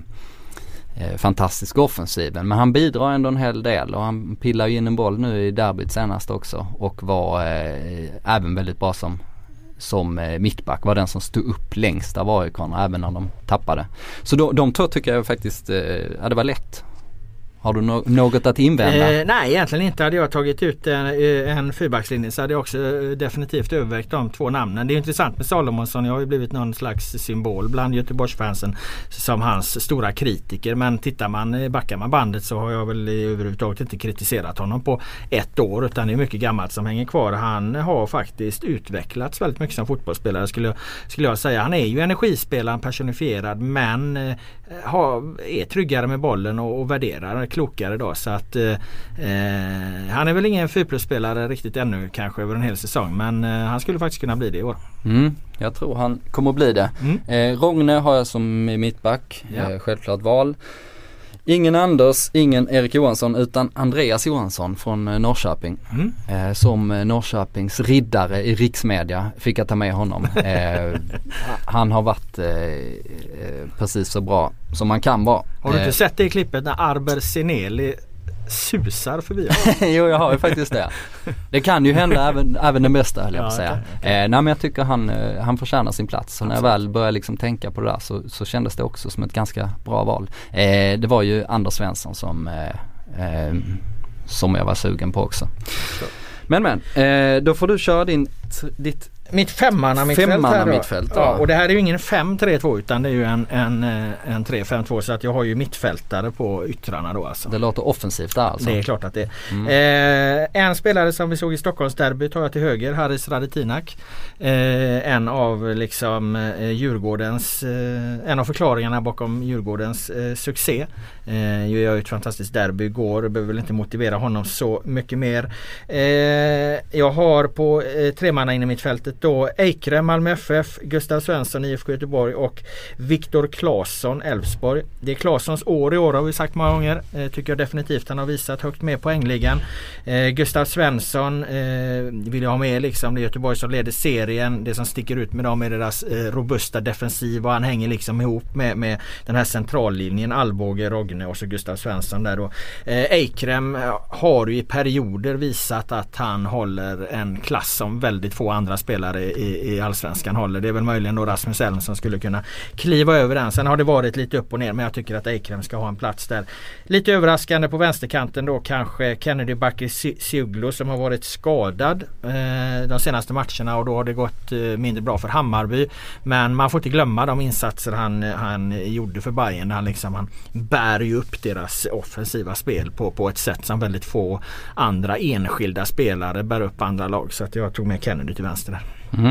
fantastisk offensiven, men han bidrar ändå en hel del, och han pillar in en boll nu i derbyt senast också, och var även väldigt bra som mittback, var den som stod upp längst av AIK-arna även när de tappade. Så de två tycker jag faktiskt det var lätt. Har du något att invända? Nej, egentligen inte. Hade jag tagit ut en fyrbackslinje så hade jag också definitivt övervägt de två namnen. Det är intressant med Salomonsson. Jag har ju blivit någon slags symbol bland Göteborgsfansen som hans stora kritiker. Men backar man bandet så har jag väl överhuvudtaget inte kritiserat honom på ett år, utan det är mycket gammalt som hänger kvar. Han har faktiskt utvecklats väldigt mycket som fotbollsspelare skulle jag säga. Han är ju energispelaren personifierad, men är tryggare med bollen och värderar klokare då, så att han är väl ingen 4+-spelare riktigt ännu kanske över en hel säsong, men han skulle faktiskt kunna bli det i år. Jag tror han kommer att bli det. Rogne har jag som mittback, självklart val. Ingen Anders, ingen Erik Johansson utan Andreas Johansson från Norrköping. Som Norrköpings riddare i riksmedia fick jag ta med honom. Han har varit precis så bra som man kan vara. Har du inte sett det i klippet när Arber Seneli susar förbi? Jo, jag har ju faktiskt det. Det kan ju hända även den bästa, höll jag på att säga. Nej, men jag tycker han förtjänar sin plats. Så när jag väl började liksom tänka på det där så kändes det också som ett ganska bra val. Det var ju Anders Svensson som jag var sugen på också. Men då får du köra ditt mitt femmanna-mittfält. Ja. Och det här är ju ingen 5-3-2 utan det är ju en 3-5-2, så att jag har ju mittfältare på yttrarna då alltså. Det låter offensivt där alltså. Det är klart att det är. En spelare som vi såg i Stockholmsderbyt tar jag till höger, Haris Radetinac. En av liksom Djurgårdens en av förklaringarna bakom Djurgårdens succé. Jag gör ett fantastiskt derby igår, behöver väl inte motivera honom så mycket mer. Jag har på tremanna in i mittfältet då Eikrem, Malmö FF, Gustav Svensson, IFK Göteborg och Viktor Claesson, Elfsborg. Det är Claessons år i år, har vi sagt många gånger. Tycker jag definitivt han har visat högt med poängligan. Gustav Svensson vill jag ha med liksom. Det är Göteborg som leder serien. Det som sticker ut med dem är deras robusta defensiv och han hänger liksom ihop med den här centrallinjen, Alvbåge, Rogne och så Gustav Svensson där då. Eikrem har ju i perioder visat att han håller en klass som väldigt få andra spelare i Allsvenskan håller. Det är väl möjligen då Rasmus Elm som skulle kunna kliva över den. Sen har det varit lite upp och ner, men jag tycker att Eikrem ska ha en plats där. Lite överraskande på vänsterkanten då kanske Kennedy Bakircioglu som har varit skadad de senaste matcherna och då har det gått mindre bra för Hammarby. Men man får inte glömma de insatser han gjorde för Bayern. Han bär ju upp deras offensiva spel på ett sätt som väldigt få andra enskilda spelare bär upp andra lag. Så att jag tog med Kennedy till vänster där.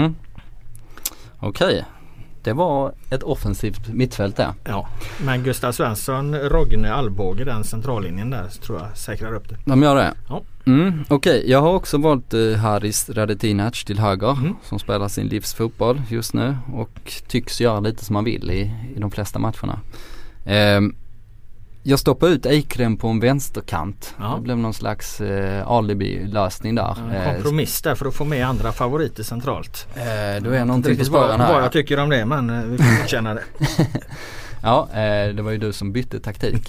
Okej. Det var ett offensivt mittfält där. Ja, men Gustav Svensson, Rogne, Alvbåge, den centrallinjen där tror jag säkrar upp det. De gör det? Ja. Okej. Jag har också valt Haris Radetinac till höger som spelar sin livsfotboll just nu och tycks göra lite som man vill i de flesta matcherna. Jag stoppar ut Eikrem på en vänsterkant. Ja. Det blev någon slags alibi-lösning där. Kompromiss där för att få med andra favoriter centralt. Då är någonting på spåren här. Vad jag tycker om det, men vi får känna det. Ja, det var ju du som bytte taktik.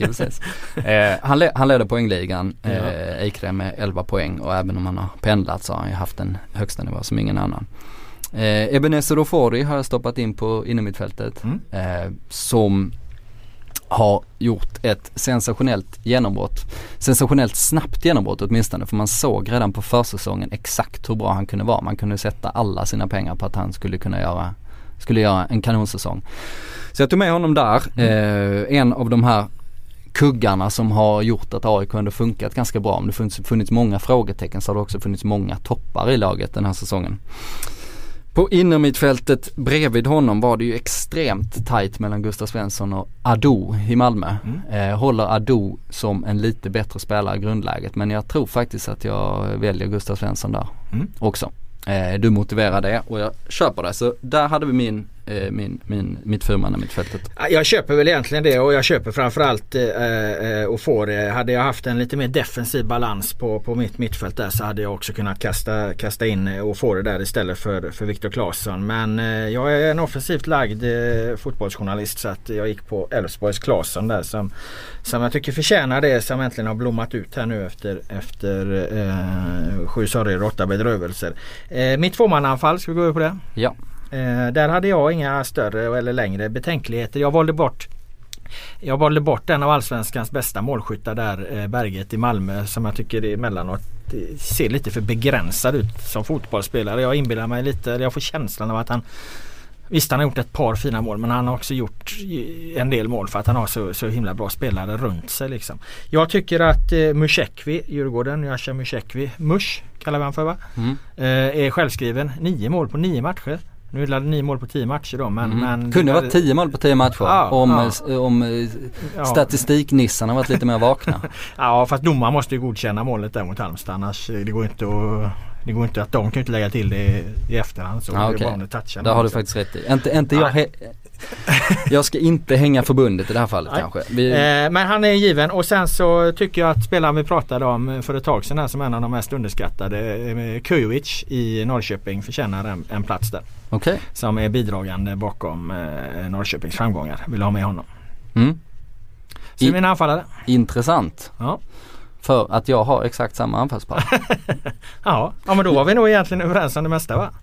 Han leder poängligan. Eikrem med 11 poäng och även om han har pendlat så har han ju haft en högsta nivå som ingen annan. Ebenezer Ofori har jag stoppat in på innermittfältet som har gjort ett sensationellt genombrott. Sensationellt snabbt genombrott åtminstone, för man såg redan på försäsongen exakt hur bra han kunde vara. Man kunde sätta alla sina pengar på att han skulle göra en kanonsäsong. Så jag tog med honom där. En av de här kuggarna som har gjort att AIK ändå funkat ganska bra. Om det funnits många frågetecken så har det också funnits många toppar i laget den här säsongen. På innermittfältet bredvid honom var det ju extremt tajt mellan Gustav Svensson och Ado i Malmö. Håller Ado som en lite bättre spelare i grundläget, men jag tror faktiskt att jag väljer Gustav Svensson där också. Du motiverar det och jag köper det. Så där hade vi mitt fyrmanna mittfältet. Jag köper väl egentligen det och jag köper framförallt Ofori. Hade jag haft en lite mer defensiv balans på mitt mittfält där så hade jag också kunnat kasta in Ofori där istället för Viktor Claesson. Men jag är en offensivt lagd fotbollsjournalist så att jag gick på Elfsborgs Claesson där som jag tycker förtjänar det, som äntligen har blommat ut här nu efter 7 sorger och 8 bedrövelser. Mitt tvåmananfall, ska vi gå över på det? Ja. Där hade jag inga större eller längre betänkligheter. Jag valde bort en av Allsvenskans bästa målskyttar där, Berget i Malmö, som jag tycker emellanåt ser lite för begränsad ut som fotbollsspelare. Jag inbillar mig lite, jag får känslan av att han har gjort ett par fina mål, men han har också gjort en del mål för att han har så himla bra spelare runt sig liksom. Jag tycker att Mushekwi, Djurgården, Jasha Mushekwi, Mush kallar vi han för va? Är självskriven. 9 mål på 9 matcher. Nu är det 9 mål på 10 matcher då, men kunde vara 10 mål på 10 matcher om statistiknissarna varit lite mer vakna. Ja, fast domaren måste ju godkänna målet där mot Halmstad, annars det går inte att Det går inte att de kan inte lägga till det i efterhand. Så det är bara om du touchar. Där har du faktiskt rätt i. Inte jag... Jag ska inte hänga förbundet i det här fallet kanske. Men han är given, och sen så tycker jag att spelaren vi pratade om för ett tag sedan här, som en av de mest underskattade, Kujovic i Norrköping, förtjänar en plats där. Okay. Som är bidragande bakom Norrköpings framgångar. Vill ha med honom. Så mina anfallare. Intressant. Ja. För att jag har exakt samma anfallspar. Ja, men då var vi nog egentligen överens om det mesta, va?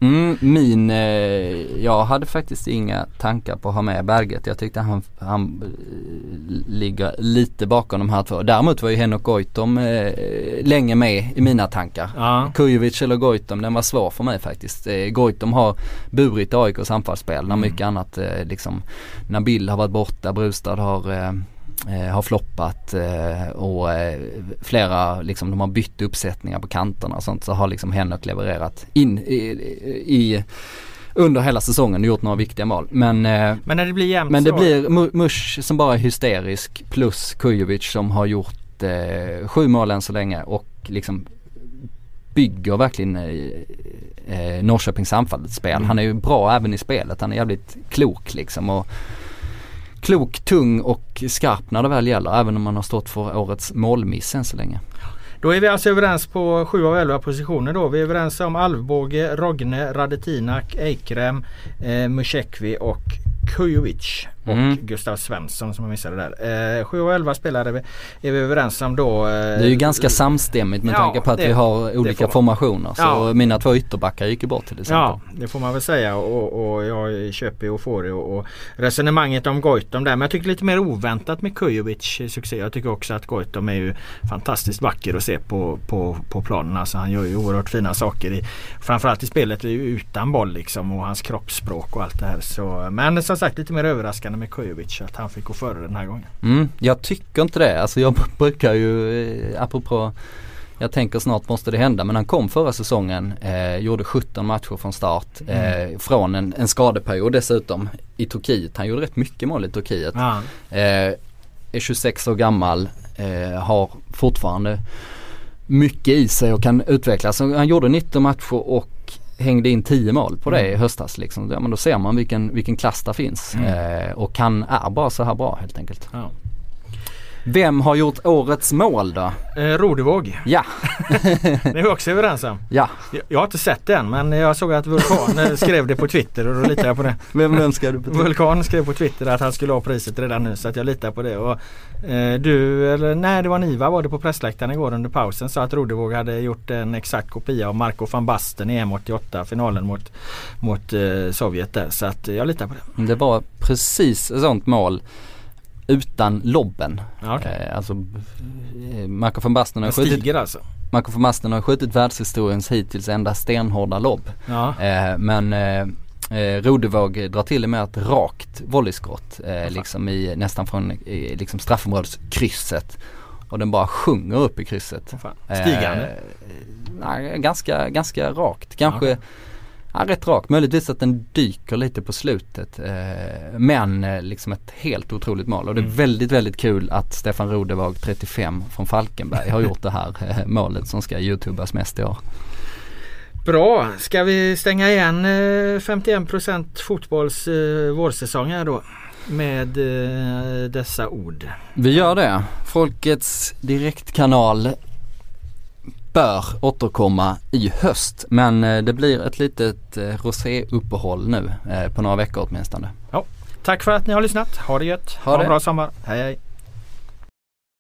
Jag hade faktiskt inga tankar på att ha med Berget. Jag tyckte han ligger lite bakom de här två. Däremot var ju Henok Goitom länge med i mina tankar. Ja. Kujovic eller Goitom, den var svår för mig faktiskt. Goitom har burit AIKs anfallsspel när mycket annat liksom, när Bill har varit borta, Brustad har floppat och flera liksom, de har bytt uppsättningar på kanterna och sånt, så har liksom Henok levererat in i under hela säsongen och gjort några viktiga mål. Men när det blir jämnt, men det blir Mush som bara är hysterisk, plus Kujovic som har gjort 7 mål än så länge och liksom bygger verkligen Norrköpings anfallsspel. Han är ju bra även i spelet. Han är jävligt klok liksom, och klok, tung och skarp när det väl gäller, även om man har stått för årets målmiss än så länge. Då är vi alltså överens på 7 av 11 positioner då. Vi är överens om Alvbåge, Rogne, Radetinak, Eikrem, Mushekvi och Kujovic och Gustav Svensson som jag missade där. 7 av 11 spelare är vi överens om då. Det är ju ganska samstämmigt med tanke på att vi har olika formationer. Så mina 2 ytterbackar gick ju bort till exempel. Ja, det får man väl säga, och jag köper ju Ofori och resonemanget om Goitom där. Men jag tycker lite mer oväntat med Kujovic succé. Jag tycker också att Goitom är ju fantastiskt vacker att se på planen. Alltså han gör ju oerhört fina saker framförallt i spelet utan boll liksom, och hans kroppsspråk och allt det här. Så, men som sagt lite mer överraskande med Kujovic att han fick gå före den här gången. Jag tycker inte det. Alltså jag brukar ju, apropå, jag tänker snart måste det hända, men han kom förra säsongen, gjorde 17 matcher från start, från en skadeperiod dessutom i Turkiet. Han gjorde rätt mycket mål i Turkiet. Är 26 år gammal, har fortfarande mycket i sig och kan utvecklas. Så han gjorde 19 matcher och hängde in 10 mål på det i höstas liksom. Ja, men då ser man vilken klass det finns. Och han är bara så här bra helt enkelt. Ja. Vem har gjort årets mål då? Rodevåg. Ja. Det är vi också överens om. Ja. Jag har inte sett det än, men jag såg att Vulkan skrev det på Twitter och då litar jag på det. Vem skrev du på Twitter? Vulkan skrev på Twitter att han skulle ha priset redan nu, så att jag litar på det. Och det var Niva var det på pressläktaren igår under pausen, så att Rodevåg hade gjort en exakt kopia av Marco van Basten i EM88 finalen mot Sovjet där, så att jag litar på det. Det var precis ett sånt mål utan lobben. Okay. Alltså Marco van Basten har skjutit världshistoriens hittills enda stenhårda lobb. Ja. Men Rodevåg drar till med ett rakt volleyskott liksom nästan från liksom straffområdeskrysset, och den bara sjunger upp i krysset. Stigande? Nej, ganska rakt. Kanske rätt rakt. Möjligtvis att den dyker lite på slutet. Men liksom ett helt otroligt mål. Och det är väldigt, väldigt kul att Stefan Rodevåg, 35 från Falkenberg, har gjort det här målet som ska YouTubas mest i år. Bra. Ska vi stänga igen 51% fotbolls vårsäsong här då med dessa ord? Vi gör det. Folkets direktkanal bör återkomma i höst, men det blir ett litet rosé-uppehåll nu på några veckor åtminstone. Ja, tack för att ni har lyssnat. Ha det gött. Ha en bra sommar. Hej hej.